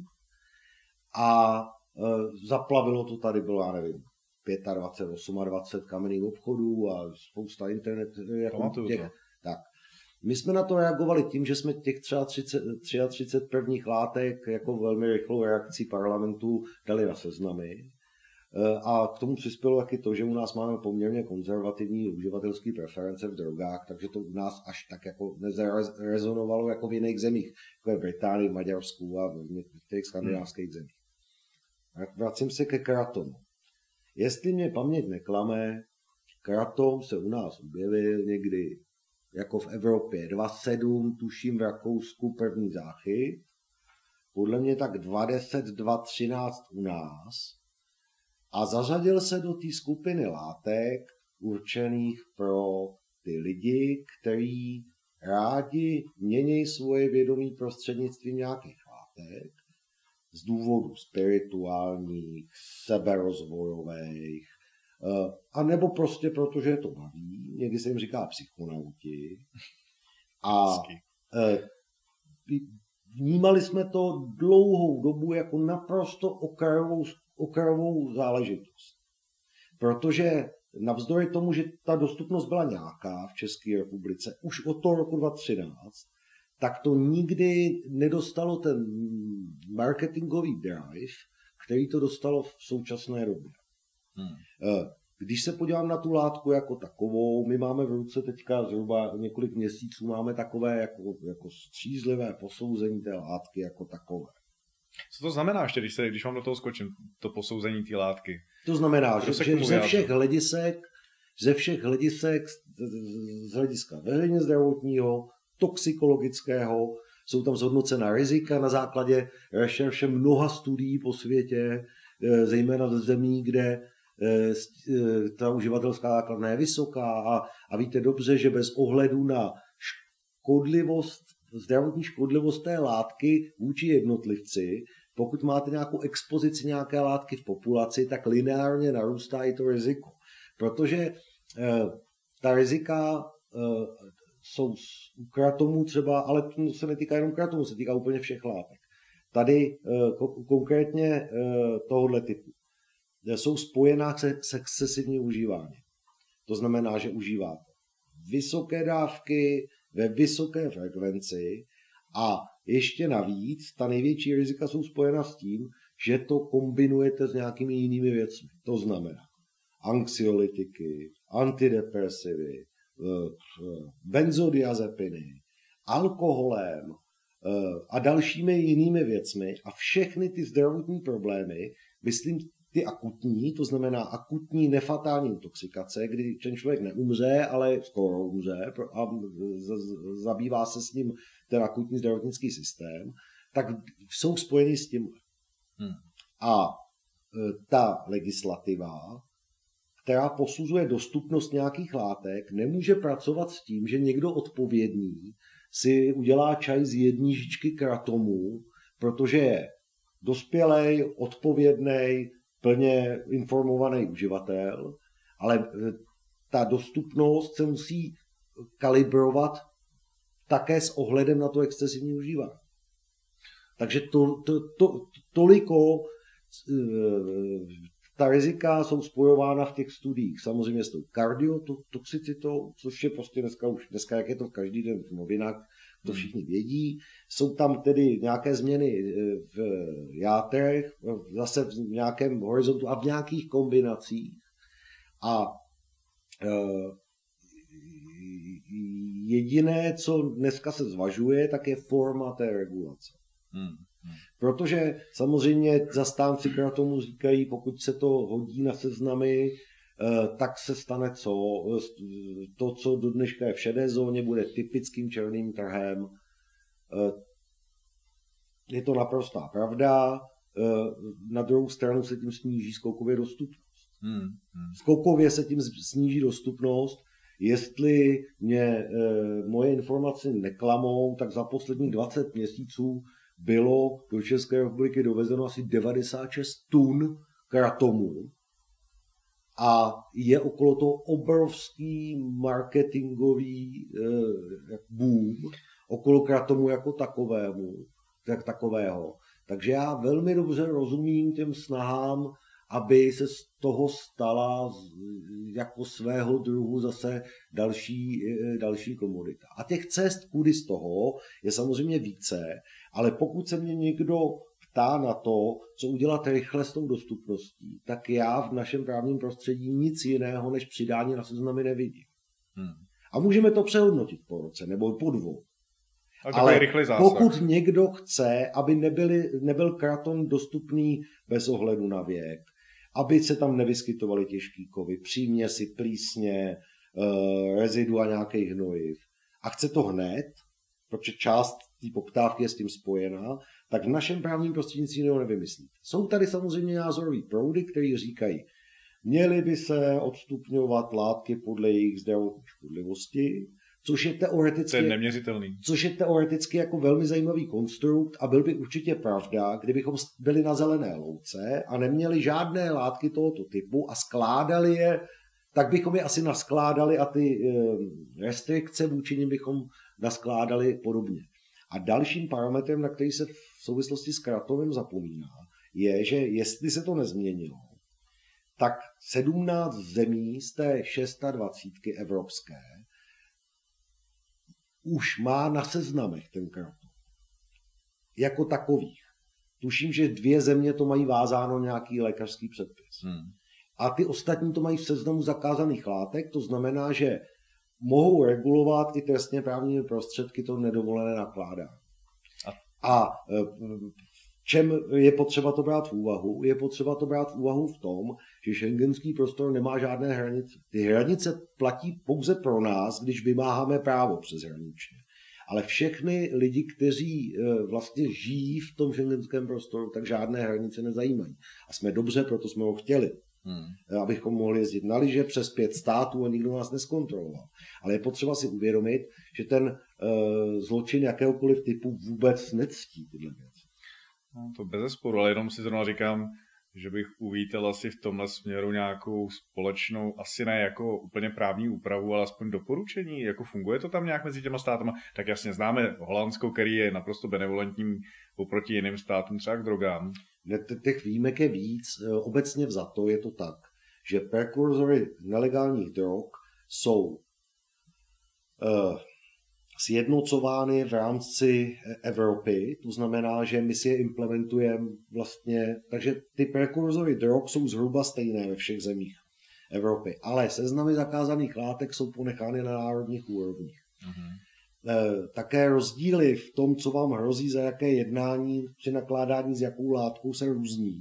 a zaplavilo to tady, bylo, já nevím, dvacet pět, dvacet osm kamenných obchodů a spousta internet jako těch. Tak. My jsme na to reagovali tím, že jsme těch třeba třicet, třicet tři prvních látek jako velmi rychlou reakcí parlamentu dali na seznamy. A k tomu přispělo taky to, že u nás máme poměrně konzervativní uživatelské preference v drogách, takže to u nás až tak jako nezarezonovalo jako v jiných zemích, jako je Británii, v Maďarsku a v některých skandinávských hmm. zemích. Vracím se ke kratomu. Jestli mě paměť neklame, kratom se u nás objevil někdy jako v Evropě dva tisíce sedm, tuším v Rakousku první záchyt, podle mě tak dva tisíce deset, dva tisíce třináct u nás a zařadil se do té skupiny látek určených pro ty lidi, kteří rádi mění svoje vědomí prostřednictvím nějakých látek z důvodů spirituálních, seberozvojových, a nebo prostě protože je to baví, někdy se jim říká psychonauti. A vnímali jsme to dlouhou dobu jako naprosto okrajovou, okrajovou záležitost. Protože navzdory tomu, že ta dostupnost byla nějaká v České republice už od toho roku dva tisíce třináct, tak to nikdy nedostalo ten marketingový drive, který to dostalo v současné době. Hmm. Když se podívám na tu látku jako takovou, my máme v ruce teďka zhruba několik měsíců, máme takové jako, jako střízlivé posouzení té látky jako takové. Co to znamená ještě, když, se, když vám do toho skočím, to posouzení té látky? To znamená, že, že ze všech hledisek, ze všech hledisek z hlediska veřejně zdravotního, toxikologického, jsou tam zhodnocena rizika na základě rešerše mnoha studií po světě, zejména ze zemí, kde ta uživatelská základna je vysoká a, a víte dobře, že bez ohledu na škodlivost, zdravotní škodlivost té látky vůči jednotlivci, pokud máte nějakou expozici nějaké látky v populaci, tak lineárně narůstá i to riziko. Protože eh, ta rizika eh, jsou u kratomů třeba, ale to se netýká jenom kratomů, se týká úplně všech látek. Tady eh, ko- konkrétně eh, tohohle typu jsou spojená se s excesivním užíváním. To znamená, že užíváte vysoké dávky ve vysoké frekvenci a ještě navíc ta největší rizika jsou spojena s tím, že to kombinujete s nějakými jinými věcmi. To znamená anxiolytiky, antidepresivy, benzodiazepiny, alkoholem a dalšími jinými věcmi a všechny ty zdravotní problémy, myslím, ty akutní, to znamená akutní nefatální intoxikace, kdy ten člověk neumře, ale skoro umře a zabývá se s ním ten akutní zdravotnický systém, tak jsou spojeny s tím. Hmm. A ta legislativa, která posuzuje dostupnost nějakých látek, nemůže pracovat s tím, že někdo odpovědný si udělá čaj z jedné žičky kratomu, protože je dospělej, odpovědnej, plně informovaný uživatel, ale ta dostupnost se musí kalibrovat také s ohledem na to excesivní užívání. Takže to, to, to, toliko ta rizika jsou spojována v těch studiích. Samozřejmě s tou kardiotoxicitou, což je prostě dneska už, dneska jak je to každý den v novinách, to všichni vědí. Jsou tam tedy nějaké změny v játrech, zase v nějakém horizontu a v nějakých kombinacích. A jediné, co dneska se zvažuje, tak je forma té regulace. Hmm. Hmm. Protože samozřejmě zastánci kratomu říkají, pokud se to hodí na seznamy, tak se stane co? To, co do dneška je v šedé zóně, bude typickým černým trhem. Je to naprostá pravda. Na druhou stranu se tím sníží skokově dostupnost. Hmm. Hmm. Skokově se tím sníží dostupnost. Jestli mě moje informace neklamou, tak za posledních dvacet měsíců bylo do České republiky dovezeno asi devadesát šest tun kratomů. A je okolo toho obrovský marketingový eh, boom okolo kratomu jako takovému, tak takového. Takže já velmi dobře rozumím těm snahám, aby se z toho stala jako svého druhu zase další, další komodita. A těch cest kudy z toho je samozřejmě více, ale pokud se mě někdo ptá na to, co udělat rychle s tou dostupností, tak já v našem právním prostředí nic jiného než přidání na seznamy nevidím. Hmm. A můžeme to přehodnotit po roce nebo po dvou. Ale pokud někdo chce, aby nebyli, nebyl kratom dostupný bez ohledu na věk, aby se tam nevyskytovaly těžký kovy, příměsi, plísně, uh, rezidua nějakých hnojiv a chce to hned, protože část té poptávky je s tím spojená, tak v našem právním prostředí nic jiného nevymyslíte. Jsou tady samozřejmě názorový proudy, který říkají, měly by se odstupňovat látky podle jejich zdravotní škodlivosti, což je teoreticky, to je neměřitelný. Což je teoreticky jako velmi zajímavý konstrukt a byl by určitě pravda, kdybychom byli na zelené louce a neměli žádné látky tohoto typu a skládali je, tak bychom je asi naskládali a ty restrikce vůči nim bychom naskládali podobně. A dalším parametrem, na který se v souvislosti s kratovem zapomíná, je, že jestli se to nezměnilo, tak sedmnáct zemí z té dvacítky šest evropské už má na seznamech ten kratom. Jako takových. Tuším, že dvě země to mají vázáno nějaký lékařský předpis. Hmm. A ty ostatní to mají v seznamu zakázaných látek, to znamená, že mohou regulovat i trestně právními prostředky to nedovolené nakládání. A, a v čem je potřeba to brát v úvahu? Je potřeba to brát v úvahu v tom, že schengenský prostor nemá žádné hranice. Ty hranice platí pouze pro nás, když vymáháme právo přeshraničně. Ale všechny lidi, kteří vlastně žijí v tom schengenském prostoru, tak žádné hranice nezajímají. A jsme dobře, proto jsme ho chtěli. Hmm. Abychom mohli jezdit na lyže přes pět států a nikdo nás neskontroloval. Ale je potřeba si uvědomit, že ten uh, zločin jakéhokoliv typu vůbec nectí tyhle věci. No, to bezesporu, ale jenom si zrovna říkám, že bych uvítal asi v tomhle směru nějakou společnou, asi ne jako úplně právní úpravu, ale aspoň doporučení, jako funguje to tam nějak mezi těma státama. Tak jasně známe Holandsko, který je naprosto benevolentním oproti jiným státům, třeba k drogám. Těch výjimek je víc. Obecně vzato je to tak, že prekurzory nelegálních drog jsou uh, sjednocovány v rámci Evropy, to znamená, že my si je implementujeme vlastně, takže ty prekurzory drog jsou zhruba stejné ve všech zemích Evropy, ale seznamy zakázaných látek jsou ponechány na národních úrovních. Mm-hmm. Také rozdíly v tom, co vám hrozí za jaké jednání při nakládání s jakou látkou, se různí.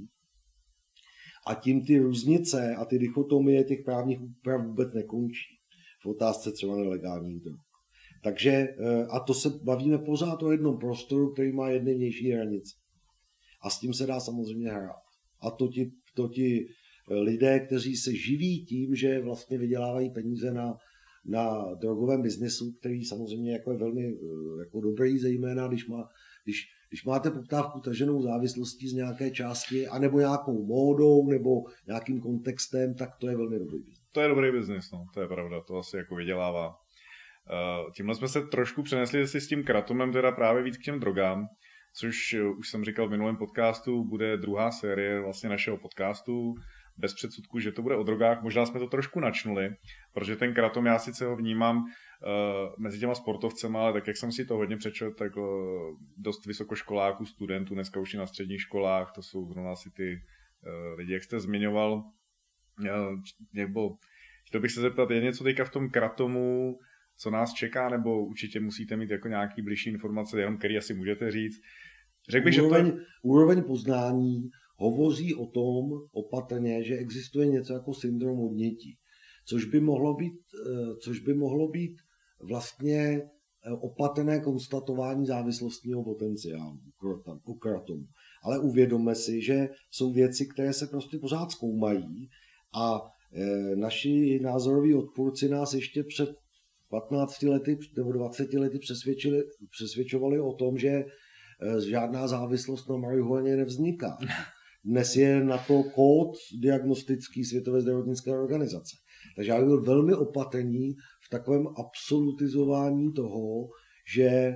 A tím ty různice a ty dichotomie těch právních úprav vůbec nekončí. V otázce třeba nelegálních drog. Takže, a to se bavíme pořád o jednom prostoru, který má jedny vnější hranice. A s tím se dá samozřejmě hrát. A to ti, to ti lidé, kteří se živí tím, že vlastně vydělávají peníze na, na drogovém biznesu, který samozřejmě jako je velmi jako dobrý, zejména když, má, když, když máte poptávku taženou závislostí z nějaké části, anebo nějakou módou, nebo nějakým kontextem, tak to je velmi dobrý biznes. To je dobrý biznes, no, to je pravda, to asi jako vydělává. Tímhle jsme se trošku přenesli si s tím kratomem teda právě víc k těm drogám, což už jsem říkal v minulém podcastu, bude druhá série vlastně našeho podcastu, bez předsudku, že to bude o drogách. Možná jsme to trošku načnuli, protože ten kratom já sice ho vnímám uh, mezi těma sportovcema, ale tak jak jsem si to hodně přečetl, tak uh, dost vysokoškoláků, studentů, dneska už i na středních školách, to jsou zrovna asi ty uh, lidi, jak jste zmiňoval. Uh, nebo chtěl bych se zeptat, je něco teďka v tom kratomu, co nás čeká, nebo určitě musíte mít jako nějaký bližší informace, jenom který asi můžete říct. Řekl bych, úroveň, že to... úroveň poznání hovoří o tom opatrně, že existuje něco jako syndrom odnětí, což by mohlo být, což by mohlo být vlastně opatrné konstatování závislostního potenciálu u kratomu. Ale uvědomme si, že jsou věci, které se prostě pořád zkoumají a naši názoroví odpůrci nás ještě před patnácti lety nebo dvaceti lety přesvědčili, přesvědčovali o tom, že žádná závislost na marihuaně nevzniká. Dnes je na to kód diagnostický Světové zdravotnické organizace. Takže já bych byl velmi opatrný v takovém absolutizování toho, že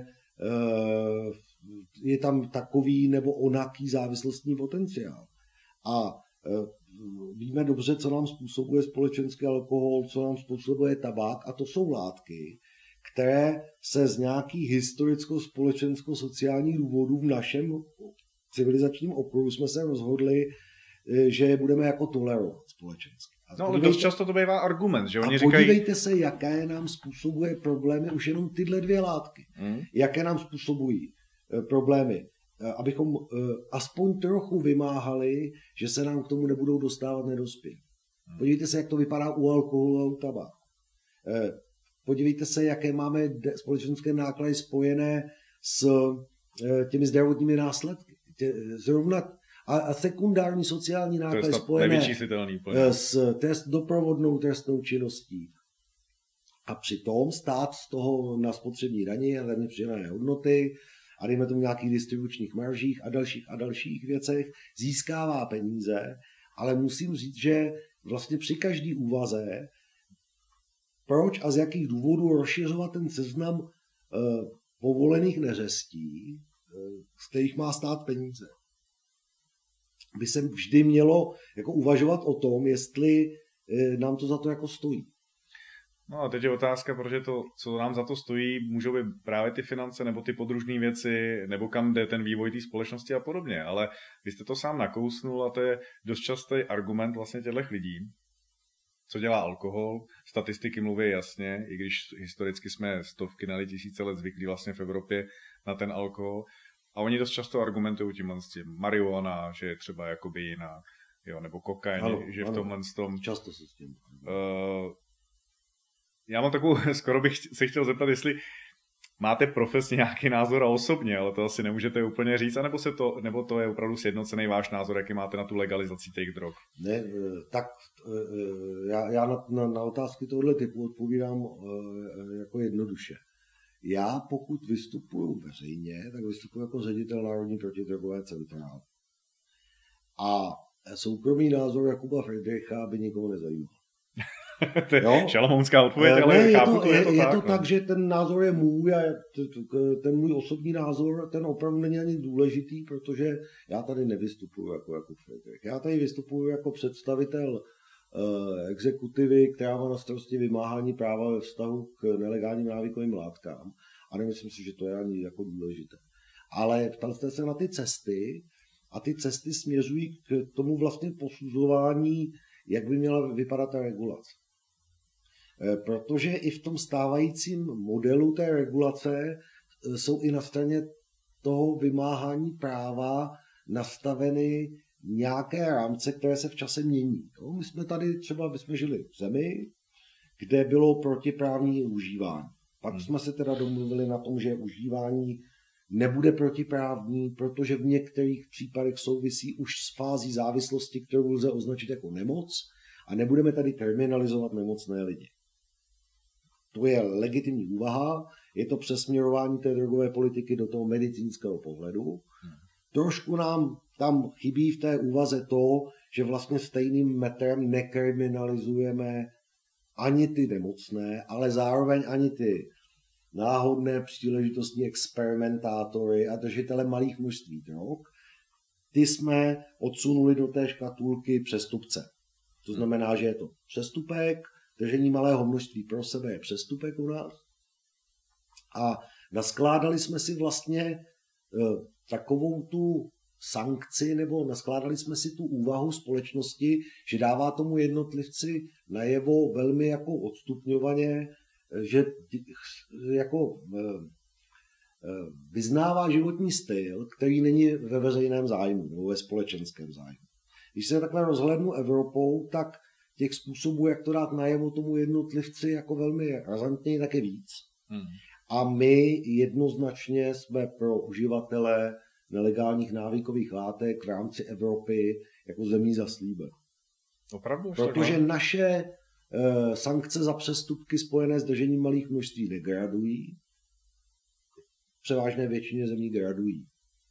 je tam takový nebo onaký závislostní potenciál. A víme dobře, co nám způsobuje společenský alkohol, co nám způsobuje tabák, a to jsou látky, které se z nějakých historicko-společensko-sociálních důvodů v našem civilizačním okruhu jsme se rozhodli, že budeme jako tolerovat společensky. No, ale dost často to bývá argument, že oni a říkají... podívejte se, jaké nám způsobuje problémy už jenom tyhle dvě látky. Hmm. Jaké nám způsobují problémy. Abychom aspoň trochu vymáhali, že se nám k tomu nebudou dostávat nedospělí. Podívejte se, jak to vypadá u alkoholu a u tabáku. Podívejte se, jaké máme společenské náklady spojené s těmi zdravotními následky. Zrovna a sekundární sociální náklady spojené s trest, doprovodnou trestnou činností. A přitom stát z toho na spotřební daně a daně přidané hodnoty a dejme tomu nějakých distribučních maržích a dalších a dalších věcech získává peníze, ale musím říct, že vlastně při každý úvaze, proč a z jakých důvodů rozšiřovat ten seznam uh, povolených neřestí, uh, z kterých má stát peníze, by se vždy mělo jako uvažovat o tom, jestli uh, nám to za to jako stojí. No a teď je otázka, protože to, co nám za to stojí, můžou být právě ty finance nebo ty podružné věci, nebo kam jde ten vývoj té společnosti a podobně. Ale vy jste to sám nakousnul a to je dost častý argument vlastně těchto lidí. Co dělá alkohol? Statistiky mluví jasně, i když historicky jsme stovky, ne tisíce let zvyklí vlastně v Evropě na ten alkohol. A oni dost často argumentují tímhle s tím. Marihuana, že je třeba jakoby jiná, jo, nebo kokain, ano, že ano, v tomhle tom... Často se s tím. Uh, Já mám takovou, skoro bych se chtěl zeptat, jestli máte profesně nějaký názor a osobně, ale to asi nemůžete úplně říct, anebo, se to, nebo to je opravdu sjednocený váš názor, jaký máte na tu legalizaci těch drog? Ne, tak já, já na, na, na otázky tohoto typu odpovídám jako jednoduše. Já pokud vystupuju veřejně, tak vystupuju jako ředitel Národní protidrogové centrály. A soukromý názor Jakuba Friedricha by nikomu nezajímal. To je šalamounská odpověď, ale ne, chápu, je to, to, je to je tak. Je to tak, že ten názor je můj a ten můj osobní názor, ten opravdu není ani důležitý, protože já tady nevystupuju jako Jakub Friedrich. Já tady vystupuju jako představitel uh, exekutivy, která má na starosti vymáhání práva ve vztahu k nelegálním návykovým látkám. A nemyslím si, že to je ani jako důležité. Ale ptal jste se na ty cesty a ty cesty směřují k tomu vlastně posuzování, jak by měla vypadat ta regulace. Protože i v tom stávajícím modelu té regulace jsou i na straně toho vymáhání práva nastaveny nějaké rámce, které se v čase mění. My jsme tady třeba, my jsme žili v zemi, kde bylo protiprávní užívání. Pak jsme se teda domluvili na tom, že užívání nebude protiprávní, protože v některých případech souvisí už s fází závislosti, kterou lze označit jako nemoc, a nebudeme tady kriminalizovat nemocné lidi. To je legitimní úvaha, je to přesměrování té drogové politiky do toho medicínského pohledu. Trošku nám tam chybí v té úvaze to, že vlastně stejným metrem nekriminalizujeme ani ty nemocné, ale zároveň ani ty náhodné příležitostní experimentátory a držitele malých množství drog. Ty jsme odsunuli do té škatulky přestupce. To znamená, že je to přestupek, držení malého množství pro sebe je přestupek u nás. A naskládali jsme si vlastně e, takovou tu sankci, nebo naskládali jsme si tu úvahu společnosti, že dává tomu jednotlivci najevo velmi jako odstupňovaně, že jako e, e, vyznává životní styl, který není ve veřejném zájmu, nebo ve společenském zájmu. Když se takhle rozhlédnu Evropou, tak těch způsobů, jak to dát najevo tomu jednotlivci jako velmi razantněji, tak je víc. Hmm. A my jednoznačně jsme pro uživatele nelegálních návykových látek v rámci Evropy jako zemí zaslíben. Opravdu? Protože takhle? Naše e, sankce za přestupky spojené s držením malých množství negradují. V převážné většině zemí gradují.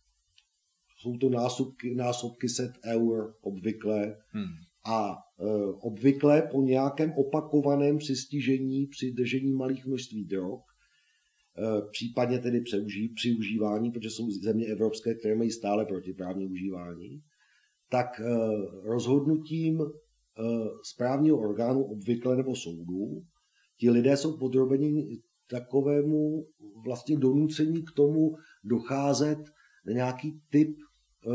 Jsou to násobky, násobky set eur obvykle. Hmm. A e, obvykle po nějakém opakovaném přistižení při držení malých množství drog, e, případně tedy přeuží, při užívání, protože jsou země evropské, které mají stále protiprávní užívání, tak e, rozhodnutím e, správního orgánu obvykle nebo soudu, ti lidé jsou podrobeni takovému vlastně donucení k tomu docházet na nějaký typ e,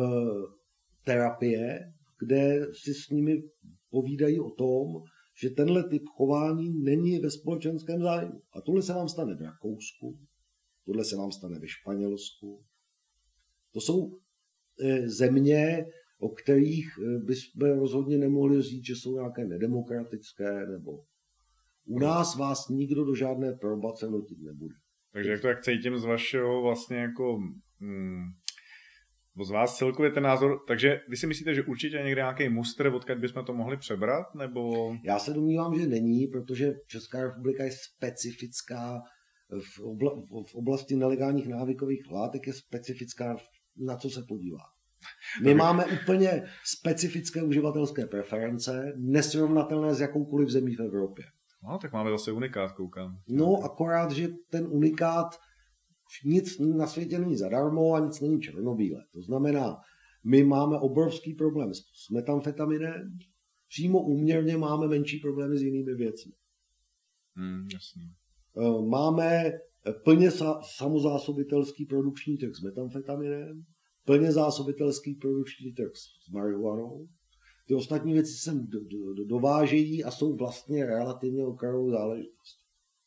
terapie, kde si s nimi povídají o tom, že tenhle typ chování není ve společenském zájmu. A tohle se vám stane v Rakousku, tohle se vám stane ve Španělsku. To jsou země, o kterých bychom rozhodně nemohli říct, že jsou nějaké nedemokratické, nebo u nás vás nikdo do žádné probace nutit nebude. Takže jak to jak cítím z vašeho vlastně jako... Hmm... z vás celkově ten názor, takže vy si myslíte, že určitě je někde nějaký mustr, odkud bychom to mohli přebrat, nebo... Já se domnívám, že není, protože Česká republika je specifická v, obla, v oblasti nelegálních návykových látek, je specifická, na co se podívá. My máme úplně specifické uživatelské preference, nesrovnatelné s jakoukoliv zemí v Evropě. No, tak máme zase unikát, koukám. No, akorát, že ten unikát nic na světě není zadarmo a nic není černobílé. To znamená, my máme obrovský problém s metamfetaminem, přímo úměrně máme menší problémy s jinými věcmi. Hmm, jasný. Máme plně samozásobitelský produkční trh s metamfetaminem, plně zásobitelský produkční trh s marihuanou. Ty ostatní věci se dovážejí a jsou vlastně relativně okrajovou záležitostí.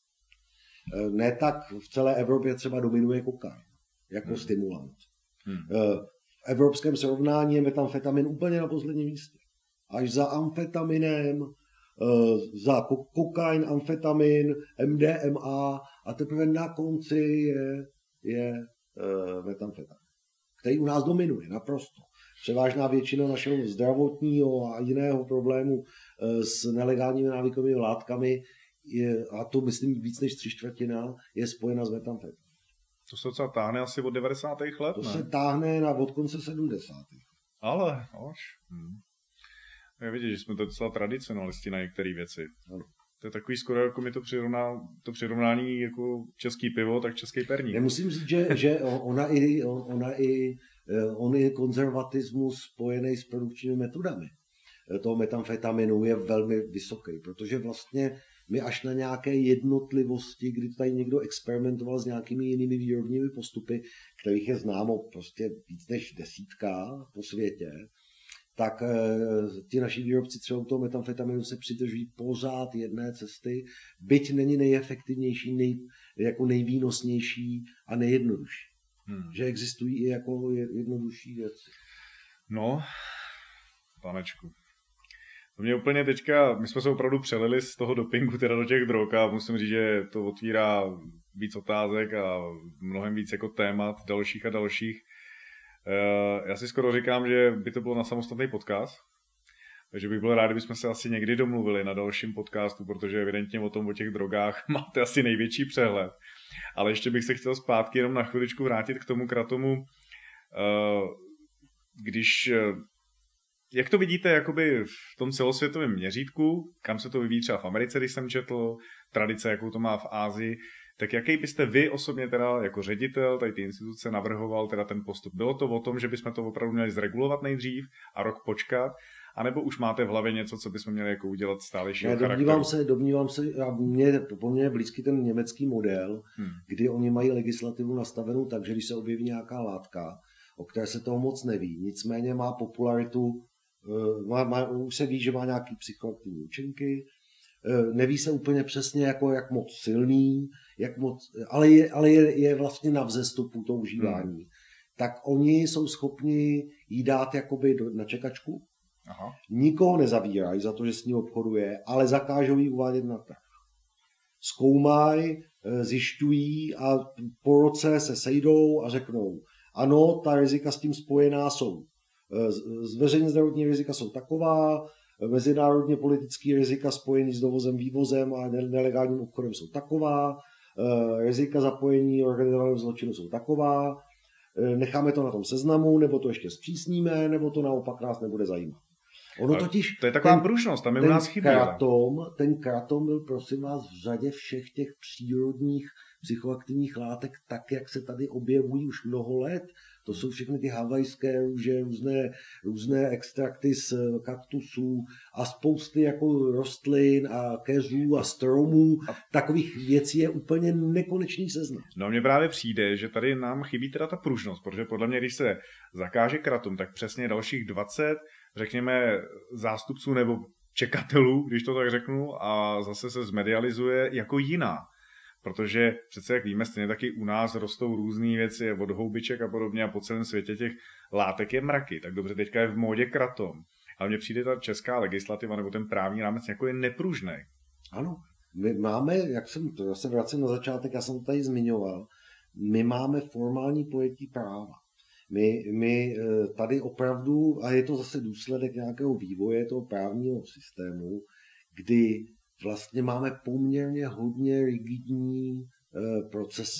Ne tak v celé Evropě třeba dominuje kokain jako hmm. stimulant. Hmm. V evropském srovnání je metamfetamin úplně na posledním místě. Až za amfetaminem, za kokain, amfetamin, M D M A a teprve na konci je, je uh, metamfetamin, který u nás dominuje naprosto. Převážná většina našeho zdravotního a jiného problému uh, s nelegálními návykovými látkami, je, a to myslím víc než tři čtvrtina, je spojena s metamfetaminem. To se docela táhne asi od devadesátých let, To ne? se táhne na od konce sedmdesátých. Ale, až. Hm. Já vidím, že jsme to docela tradicionalisti na některé věci. Ano. To je takový skoro, jako mi to, přirovná, to přirovnání jako český pivo, tak český perník. Nemusím říct, že, že ona i, ona i, on i konzervatismus spojený s produkčními metodami toho metamfetaminu je velmi vysoký, protože vlastně my až na nějaké jednotlivosti, kdy tady někdo experimentoval s nějakými jinými výrobními postupy, kterých je známo prostě víc než desítka po světě, tak e, ti naši výrobci třeba u toho metamfetaminu se přidržují pořád jedné cesty, byť není nejefektivnější, nej, jako nejvýnosnější a nejjednodušší. Hmm. Že existují i jako jednodušší věci. No, panečku. To mě úplně teďka, my jsme se opravdu přelili z toho dopingu teda do těch drog a musím říct, že to otvírá víc otázek a mnohem víc jako témat dalších a dalších. Já si skoro říkám, že by to bylo na samostatný podcast, takže bych byl rád, kdybychom se asi někdy domluvili na dalším podcastu, protože evidentně o tom, o těch drogách máte asi největší přehled. Ale ještě bych se chtěl zpátky jenom na chviličku vrátit k tomu kratomu, když... Jak to vidíte jakoby v tom celosvětovém měřítku, kam se to vyvíjí třeba v Americe, když jsem četl, tradice, jakou to má v Asii, tak jaký byste vy osobně teda jako ředitel tady ty instituce navrhoval teda ten postup? Bylo to o tom, že bychom to opravdu měli zregulovat nejdřív a rok počkat, anebo už máte v hlavě něco, co bychom měli jako udělat stálejšího charakteru? Domnívám se, domnívám se, a mně po mně je blízký ten německý model, hmm. kdy oni mají legislativu nastavenou tak, že když se objeví nějaká látka, o které se toho moc neví, nicméně má popularitu, má, má, už se ví, že má nějaký psychoaktivní účinky, neví se úplně přesně, jako, jak moc silný, jak moc, ale, je, ale je, je vlastně na vzestupu to užívání. Hmm. Tak oni jsou schopni jí dát jakoby do, na čekačku. Aha. Nikoho nezavírají za to, že s ní obchoduje, ale zakážou jí uvádět na trh. Zkoumají, zjišťují a po roce se sejdou a řeknou, ano, ta rizika s tím spojená jsou. Zveřejně zdravotní rizika jsou taková, mezinárodně politické rizika spojený s dovozem, vývozem a nelegálním obchodem jsou taková, rizika zapojení organizovaného zločinu jsou taková, necháme to na tom seznamu, nebo to ještě zpřísníme, nebo to naopak nás nebude zajímat. Ono totiž, to je taková pružnost, tam je u nás chybí. Kratom, ten kratom byl, prosím vás, v řadě všech těch přírodních psychoaktivních látek, tak jak se tady objevují už mnoho let. To jsou všechny ty havajské růže, různé, různé extrakty z kaktusů a spousty jako rostlin a keřů a stromů. Takových věcí je úplně nekonečný seznam. No mně právě přijde, že tady nám chybí teda ta pružnost, protože podle mě, když se zakáže kratom, tak přesně dalších dvacet, řekněme, zástupců nebo čekatelů, když to tak řeknu, a zase se zmedializuje jako jiná. Protože přece, jak víme, stejně taky u nás rostou různé věci od houbiček a podobně a po celém světě těch látek je mraky. Tak dobře, teďka je v módě kratom. Ale mně přijde ta česká legislativa nebo ten právní rámec jako je nepružný. Ano, my máme, jak jsem, to já se vracím na začátek, já jsem to tady zmiňoval, my máme formální pojetí práva. My, my tady opravdu, a je to zase důsledek nějakého vývoje toho právního systému, kdy vlastně máme poměrně hodně rigidní e, procesy.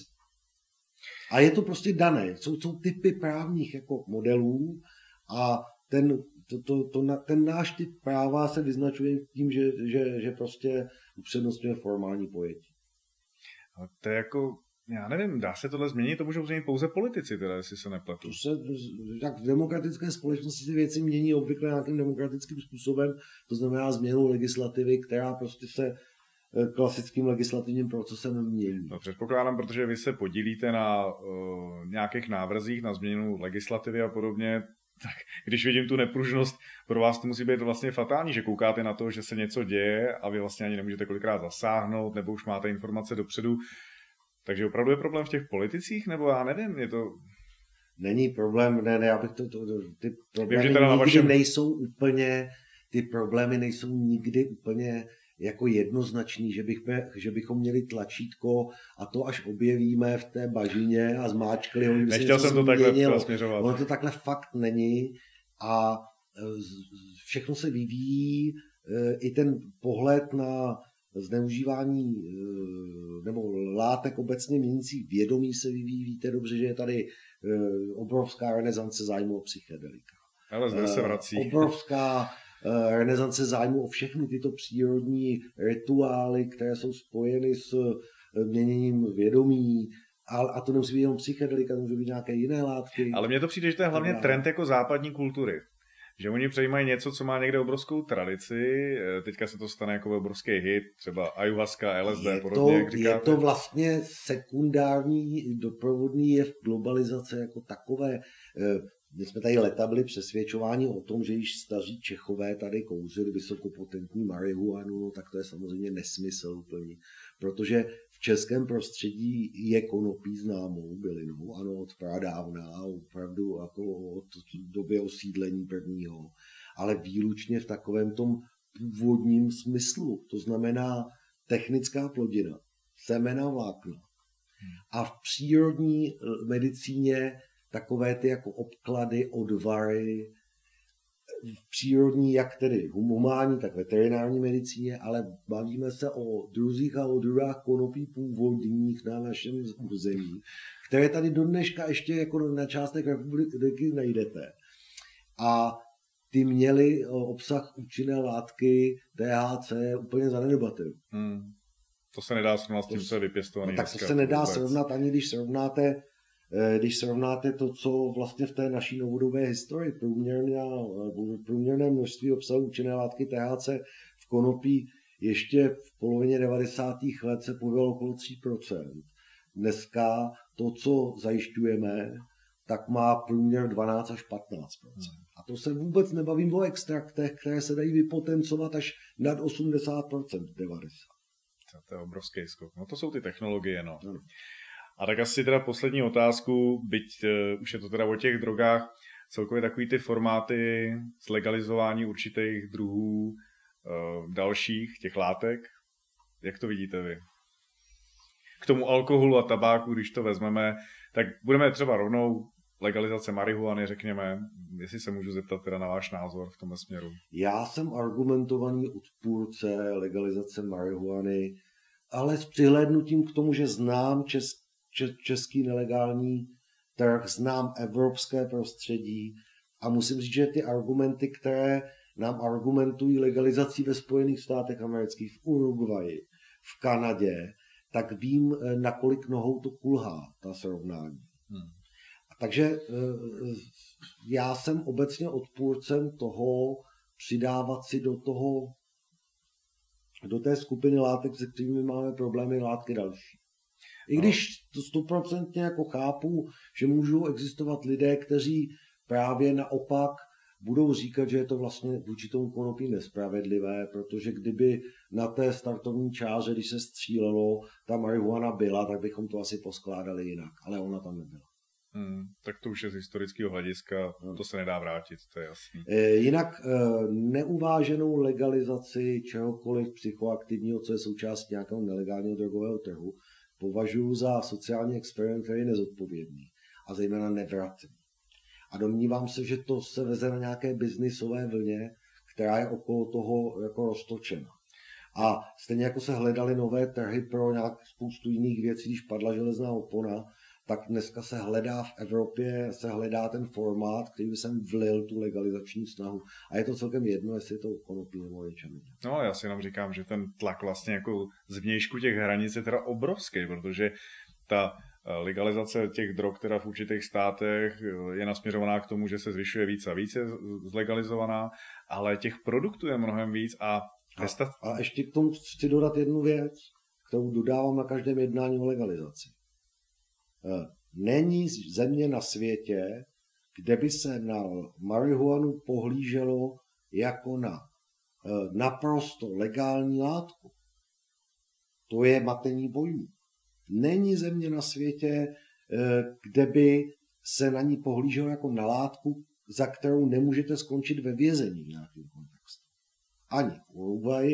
A je to prostě dané. Jsou, jsou typy právních jako modelů a ten, to, to, to, ten náš typ práva se vyznačuje tím, že, že, že prostě upřednostňuje formální pojetí. Ale to je jako, já nevím, dá se tohle změnit? To můžou změnit pouze politici, teda, jestli se nepletu. To se, tak v demokratické společnosti se věci mění obvykle nějakým demokratickým způsobem, to znamená změnou legislativy, která prostě se klasickým legislativním procesem mění. No, předpokládám, protože vy se podílíte na uh, nějakých návrzích na změnu legislativy a podobně, tak když vidím tu nepružnost, pro vás to musí být vlastně fatální, že koukáte na to, že se něco děje a vy vlastně ani nemůžete kolikrát zasáhnout, nebo už máte informace dopředu. Takže opravdu je problém v těch politicích, nebo já nevím, je to... Není problém, ne, ne, já bych to, to, to ty problémy Vím, nikdy vašem... nejsou úplně, ty problémy nejsou nikdy úplně jako jednoznačný, že, bych, že bychom měli tlačítko a to až objevíme v té bažině a zmáčkli ho. Nechtěl jsem to takhle nasměřovat. Ono to takhle fakt není a všechno se vyvíjí, i ten pohled na zneužívání nebo látek obecně měnící vědomí se vyvíjí. Víte dobře, že je tady obrovská renesance zájmu o psychedelika. Ale zde se vrací. Obrovská renesance zájmu o všechny tyto přírodní rituály, které jsou spojeny s měněním vědomí. A to nemusí být jenom psychedelika, to může být nějaké jiné látky. Ale mně to přijde, že to je hlavně trend jako západní kultury. Že oni přejímají něco, co má někde obrovskou tradici, teďka se to stane jako obrovský hit, třeba ayahuasca, L S D, je podobně, to, jak říkáte. Je to vlastně sekundární doprovodný jev globalizace jako takové. My jsme tady leta byli přesvědčováni o tom, že již staří Čechové tady kouřili vysokopotentní marihuanu, no tak to je samozřejmě nesmysl úplně, protože v českém prostředí je konopí známou bylinou, ano, od pradávna, opravdu jako od doby osídlení prvního, ale výlučně v takovém tom původním smyslu, to znamená technická plodina, semena vlákna. A v přírodní medicíně takové ty jako obklady, odvary, v přírodní, jak tedy humánní, tak veterinární medicíně, ale bavíme se o druzích a o druhách konopí původních na našem území, které tady do dneška ještě jako na částech republiky najdete. A ty měly obsah účinné látky T H C úplně zanedbatelný. Hmm. To se nedá srovnat s tím, co je vypěstovaný. No, tak to se nedá vůbec srovnat, ani když srovnáte Když srovnáte to, co vlastně v té naší novodobé historii, průměrné množství obsahu účinné látky T H C v konopí ještě v polovině devadesátých let se pohybovalo okolo tři procenta. Dneska to, co zajišťujeme, tak má průměr dvanáct až patnáct procent. A to se vůbec nebavím o extraktech, které se dají vypotencovat až nad osmdesát procent, devadesát procent. To je obrovský skok. No to jsou ty technologie, no. no. A tak asi teda poslední otázku, byť uh, už je to teda o těch drogách, celkově takový ty formáty zlegalizování určitých druhů uh, dalších těch látek. Jak to vidíte vy? K tomu alkoholu a tabáku, když to vezmeme, tak budeme třeba rovnou legalizace marihuany, řekněme, jestli se můžu zeptat teda na váš názor v tomhle směru. Já jsem argumentovaný odpůrce legalizace marihuany, ale s přihlédnutím k tomu, že znám český český nelegální trh, znám evropské prostředí a musím říct, že ty argumenty, které nám argumentují legalizací ve Spojených státech amerických, v Uruguayi, v Kanadě, tak vím, nakolik nohou to kulhá, ta srovnání. Hmm. Takže já jsem obecně odpůrcem toho přidávat si do toho, do té skupiny látek, se kterými máme problémy, látky další. I když to stoprocentně jako chápu, že můžou existovat lidé, kteří právě naopak budou říkat, že je to vlastně vůči tomu konopí nespravedlivé, protože kdyby na té startovní čáře, když se střílelo, ta marihuana byla, tak bychom to asi poskládali jinak, ale ona tam nebyla. Hmm, tak to už je z historického hlediska, to se nedá vrátit, to je jasný. Jinak neuváženou legalizaci čehokoliv psychoaktivního, co je součástí nějakého nelegálního drogového trhu, považuji za sociální experiment, který je nezodpovědný a zejména nevratný. A domnívám se, že to se veze na nějaké biznisové vlně, která je okolo toho jako roztočena. A stejně jako se hledaly nové trhy pro nějak spoustu jiných věcí, když padla železná opona, tak dneska se hledá v Evropě, se hledá ten formát, který by sem vlil tu legalizační snahu. A je to celkem jedno, jestli je to konopí nebo něčem. No, já si jenom říkám, že ten tlak vlastně jako zvnějšku těch hranic je teda obrovský, protože ta legalizace těch drog teda v určitých státech je nasměrovaná k tomu, že se zvyšuje víc a víc, je zlegalizovaná, ale těch produktů je mnohem víc a... A, a ještě k tomu chci dodat jednu věc, kterou dodávám na každém jednání o legalizaci. Není země na světě, kde by se na marihuanu pohlíželo jako na naprosto legální látku. To je matení bojů. Není země na světě, kde by se na ní pohlíželo jako na látku, za kterou nemůžete skončit ve vězení v nějakém kontextu. Ani v Uruguayi,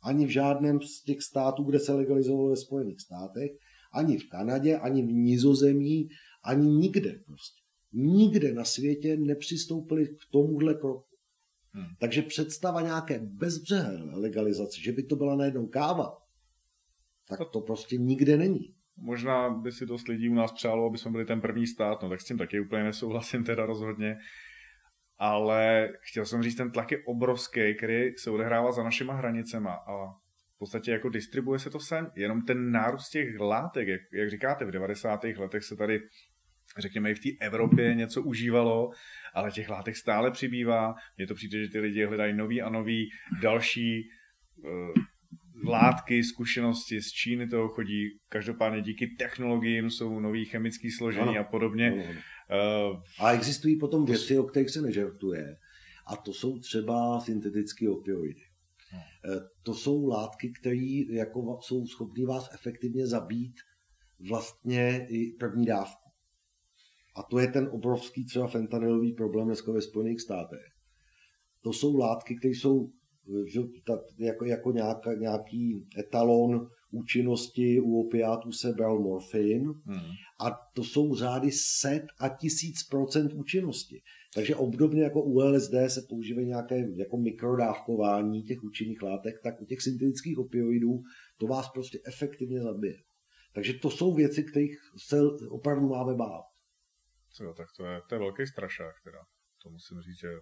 ani v žádném z těch států, kde se legalizovalo ve Spojených státech, ani v Kanadě, ani v Nizozemí, ani nikde prostě. Nikde na světě nepřistoupili k tomuhle kroku. Hmm. Takže představa nějaké bezbřehé legalizace, že by to byla najednou káva, tak to prostě nikde není. Možná by si dost lidí u nás přálo, aby jsme byli ten první stát, no tak s tím taky úplně nesouhlasím teda rozhodně. Ale chtěl jsem říct, ten tlak je obrovský, který se odehrává za našima hranicema a v podstatě jako distribuje se to sem. Jenom ten nárůst těch látek, jak, jak říkáte, v devadesátých letech se tady, řekněme, i v té Evropě něco užívalo, ale těch látek stále přibývá. Mně to přijde, že ty lidi hledají nový a nový další uh, látky, zkušenosti z Číny toho chodí. Každopádně díky technologiím jsou nový chemický složení ano, a podobně. Ano, ano. Uh, a existují potom věci, o kterých se nežertuje. A to jsou třeba syntetické opioidy. Hmm. To jsou látky, které jako jsou schopné vás efektivně zabít vlastně i první dávku. A to je ten obrovský třeba fentanylový problém dneska ve Spojených státech. To jsou látky, které jsou že, ta, jako, jako nějaká, nějaký etalon účinnosti. U opiátů se bral morfin. Hmm. A to jsou řády set a tisíc procent účinnosti. Takže obdobně jako u L S D se používají nějaké jako mikrodávkování těch účinných látek, tak u těch syntetických opioidů to vás prostě efektivně zabije. Takže to jsou věci, kterých se opravdu máme bát. Co, tak to je, to je velký strašák, teda. To musím říct, že jo.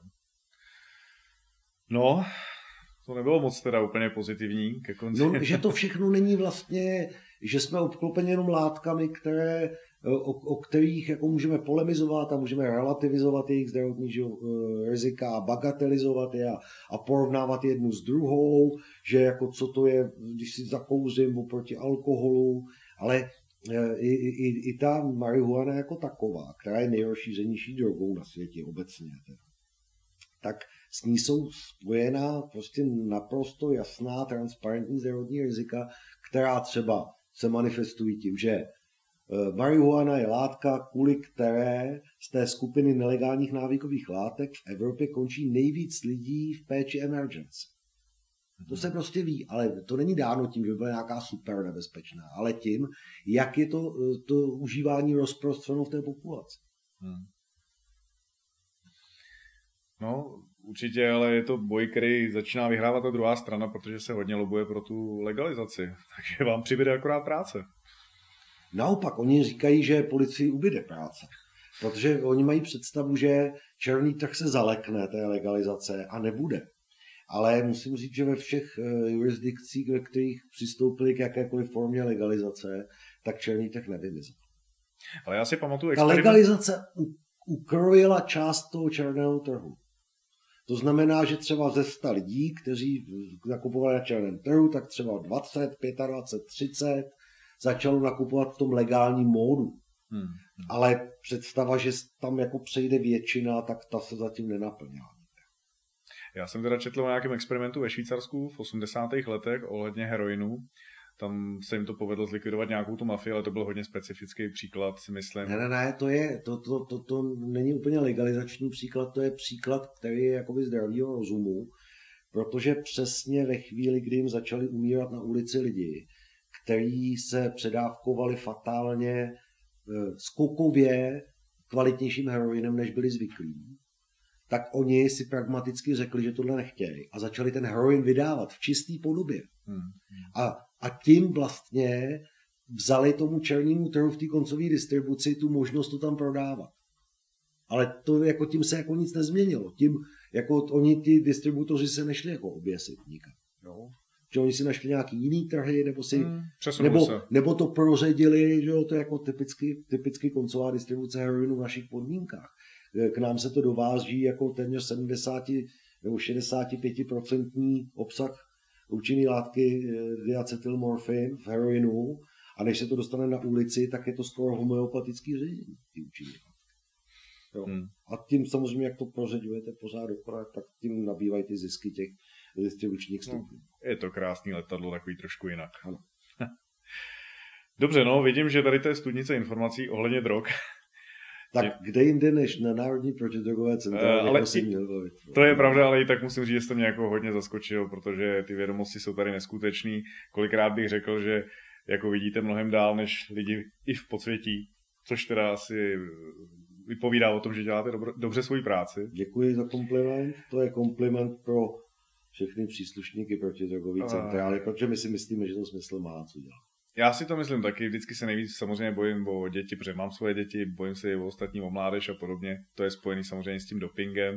No, to nebylo moc teda úplně pozitivní ke konci. No, že to všechno není vlastně, že jsme obklopeni jenom látkami, které, o, o kterých jako můžeme polemizovat a můžeme relativizovat jejich zdravotní rizika a bagatelizovat je a, a porovnávat jednu s druhou, že jako co to je, když si zakouřím oproti alkoholu, ale i, i, i ta marihuana jako taková, která je nejrozšířenější drogou na světě obecně, teda, tak s ní jsou spojená prostě naprosto jasná transparentní zdravotní rizika, která třeba se manifestují tím, že marihuana je látka, kvůli které z té skupiny nelegálních návykových látek v Evropě končí nejvíc lidí v péči emergency. To se prostě ví, ale to není dáno tím, že by byla nějaká super nebezpečná, ale tím, jak je to, to užívání rozprostřeno v té populaci. Hmm. No, určitě, ale je to boj, který začíná vyhrávat ta druhá strana, protože se hodně lobuje pro tu legalizaci. Takže vám přibyde akorát práce. Naopak, oni říkají, že policii ubyde práce. Protože oni mají představu, že černý trh se zalekne té legalizace a nebude. Ale musím říct, že ve všech jurisdikcích, ve kterých přistoupili k jakékoliv formě legalizace, tak černý trh nevymizel. Ale já si pamatuju experiment... Ta legalizace ukrojila část toho černého trhu. To znamená, že třeba ze sta lidí, kteří nakupovali na černém trhu, tak třeba dvacet, dvacet pět, třicet začalo nakupovat v tom legálním módu. Hmm. Ale představa, že tam jako přejde většina, tak ta se zatím nenaplnila. Já jsem teda četl o nějakém experimentu ve Švýcarsku v osmdesátých letech ohledně heroinu. Tam se jim to povedlo zlikvidovat nějakou tu mafii, ale to byl hodně specifický příklad, si myslím. Ne, ne, ne, to je, to, to, to, to není úplně legalizační příklad, to je příklad, který je jakoby zdravýho rozumu, protože přesně ve chvíli, kdy jim začali umírat na ulici lidi, kteří se předávkovali fatálně skokově kvalitnějším heroinem, než byli zvyklí, tak oni si pragmaticky řekli, že tohle nechtějí a začali ten heroin vydávat v čistý podobě. Hmm. A, a tím vlastně vzali tomu černému trhu v té koncové distribuci tu možnost to tam prodávat. Ale to jako tím se jako nic nezměnilo. Tím jako oni ty distributoři se nešli jako oběsit nikam. Jo? Že oni si našli nějaký jiný trhy, nebo si hmm, nebo, nebo to proředili, že jo, to je jako typicky, typicky koncová distribuce heroinu v našich podmínkách. K nám se to dováží jako téměř sedmdesát nebo šedesát pět procent obsah účinné látky diacetylmorfin v heroinu a než se to dostane na ulici, tak je to skoro homeopatický ředění, ty účinné látky. Jo. Hmm. A tím samozřejmě, jak to proředujete pořád dokola, tak tím nabývají ty zisky těch distribučních stupňů. No, je to krásný letadlo, takový trošku jinak. Ano. Dobře, no, vidím, že tady to je studnice informací ohledně drog. Tak kde jinde než na Národní protidrogové centrále, uh, ale si měl bavit. To je pravda, ale i tak musím říct, že jste mě jako hodně zaskočil, protože ty vědomosti jsou tady neskutečný. Kolikrát bych řekl, že jako vidíte mnohem dál než lidi i v podsvětí, což teda asi vypovídá o tom, že děláte dobro, dobře svoji práci. Děkuji za kompliment. To je kompliment pro všechny příslušníky protidrogové centrály, uh, protože my si myslíme, že to smysl má, co dělat. Já si to myslím taky, vždycky se nejvíc samozřejmě bojím o děti, protože mám svoje děti, bojím se i o ostatní, o mládež a podobně. To je spojený samozřejmě s tím dopingem.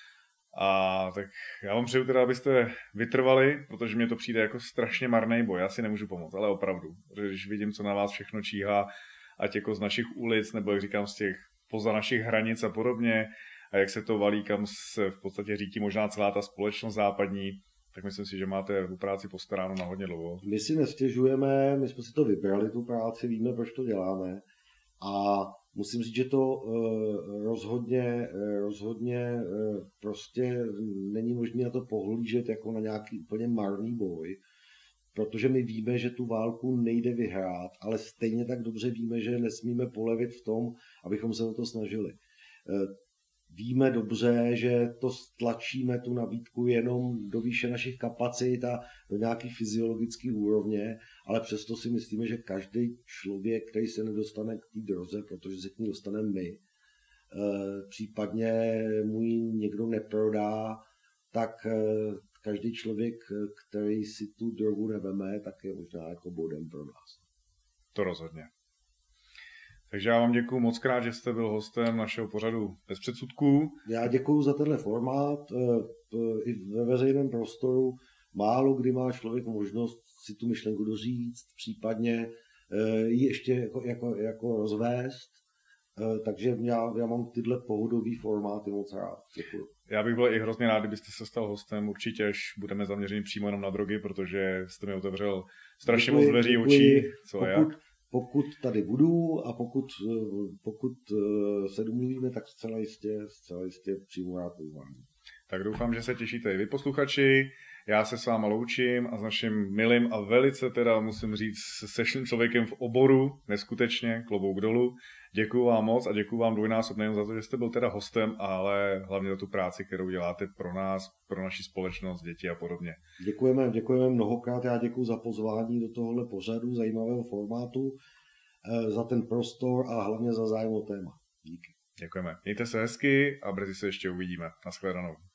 A tak já vám přeju teda, abyste vytrvali, protože mě to přijde jako strašně marný boj. Já si nemůžu pomoct, ale opravdu. Protože když vidím, co na vás všechno číhá, ať jako z našich ulic, nebo jak říkám, z těch poza našich hranic a podobně, a jak se to valí, kam se v podstatě řítí možná celá ta společnost západní, tak myslím si, že máte tu práci postaráno na hodně dlouho. My si nestěžujeme, my jsme si to vybrali, tu práci, víme, proč to děláme. A musím říct, že to uh, rozhodně, rozhodně uh, prostě není možné na to pohlížet jako na nějaký úplně marný boj, protože my víme, že tu válku nejde vyhrát, ale stejně tak dobře víme, že nesmíme polevit v tom, abychom se o to snažili. Uh, Víme dobře, že to stlačíme tu nabídku jenom do výše našich kapacit a do nějaké fyziologické úrovně, ale přesto si myslíme, že každý člověk, který se nedostane k té droze, protože se k ní dostaneme my, případně mu ji někdo neprodá, tak každý člověk, který si tu drogu neveme, tak je možná jako bodem pro nás. To rozhodně. Takže já vám děkuju moc krát, že jste byl hostem našeho pořadu Bez předsudků. Já děkuju za tenhle formát. I ve veřejném prostoru málo kdy má člověk možnost si tu myšlenku doříct, případně ji ještě jako, jako, jako rozvést. Takže já, já mám tyhle pohodový formáty moc rád. Děkuju. Já bych byl i hrozně rád, kdybyste se stal hostem. Určitě, až budeme zaměřeni přímo jenom na drogy, protože jste mi otevřel strašně moc dveří očí. Co pokud, jak? Pokud tady budu a pokud, pokud se domluvíme, tak zcela jistě, zcela jistě přijmu rád pozvání. Tak doufám, že se těšíte i vy posluchači. Já se s váma loučím a s naším milým a velice teda musím říct sešným člověkem v oboru, neskutečně, klobouk dolů. Děkuju vám moc a děkuju vám dvojnásobně za to, že jste byl teda hostem, ale hlavně za tu práci, kterou děláte pro nás, pro naši společnost, děti a podobně. Děkujeme, děkujeme mnohokrát, já děkuju za pozvání do tohohle pořadu, zajímavého formátu, za ten prostor a hlavně za zájem o téma. Díky. Děkujeme. Mějte se hezky a brzy se ještě uvidíme. Nashledanou.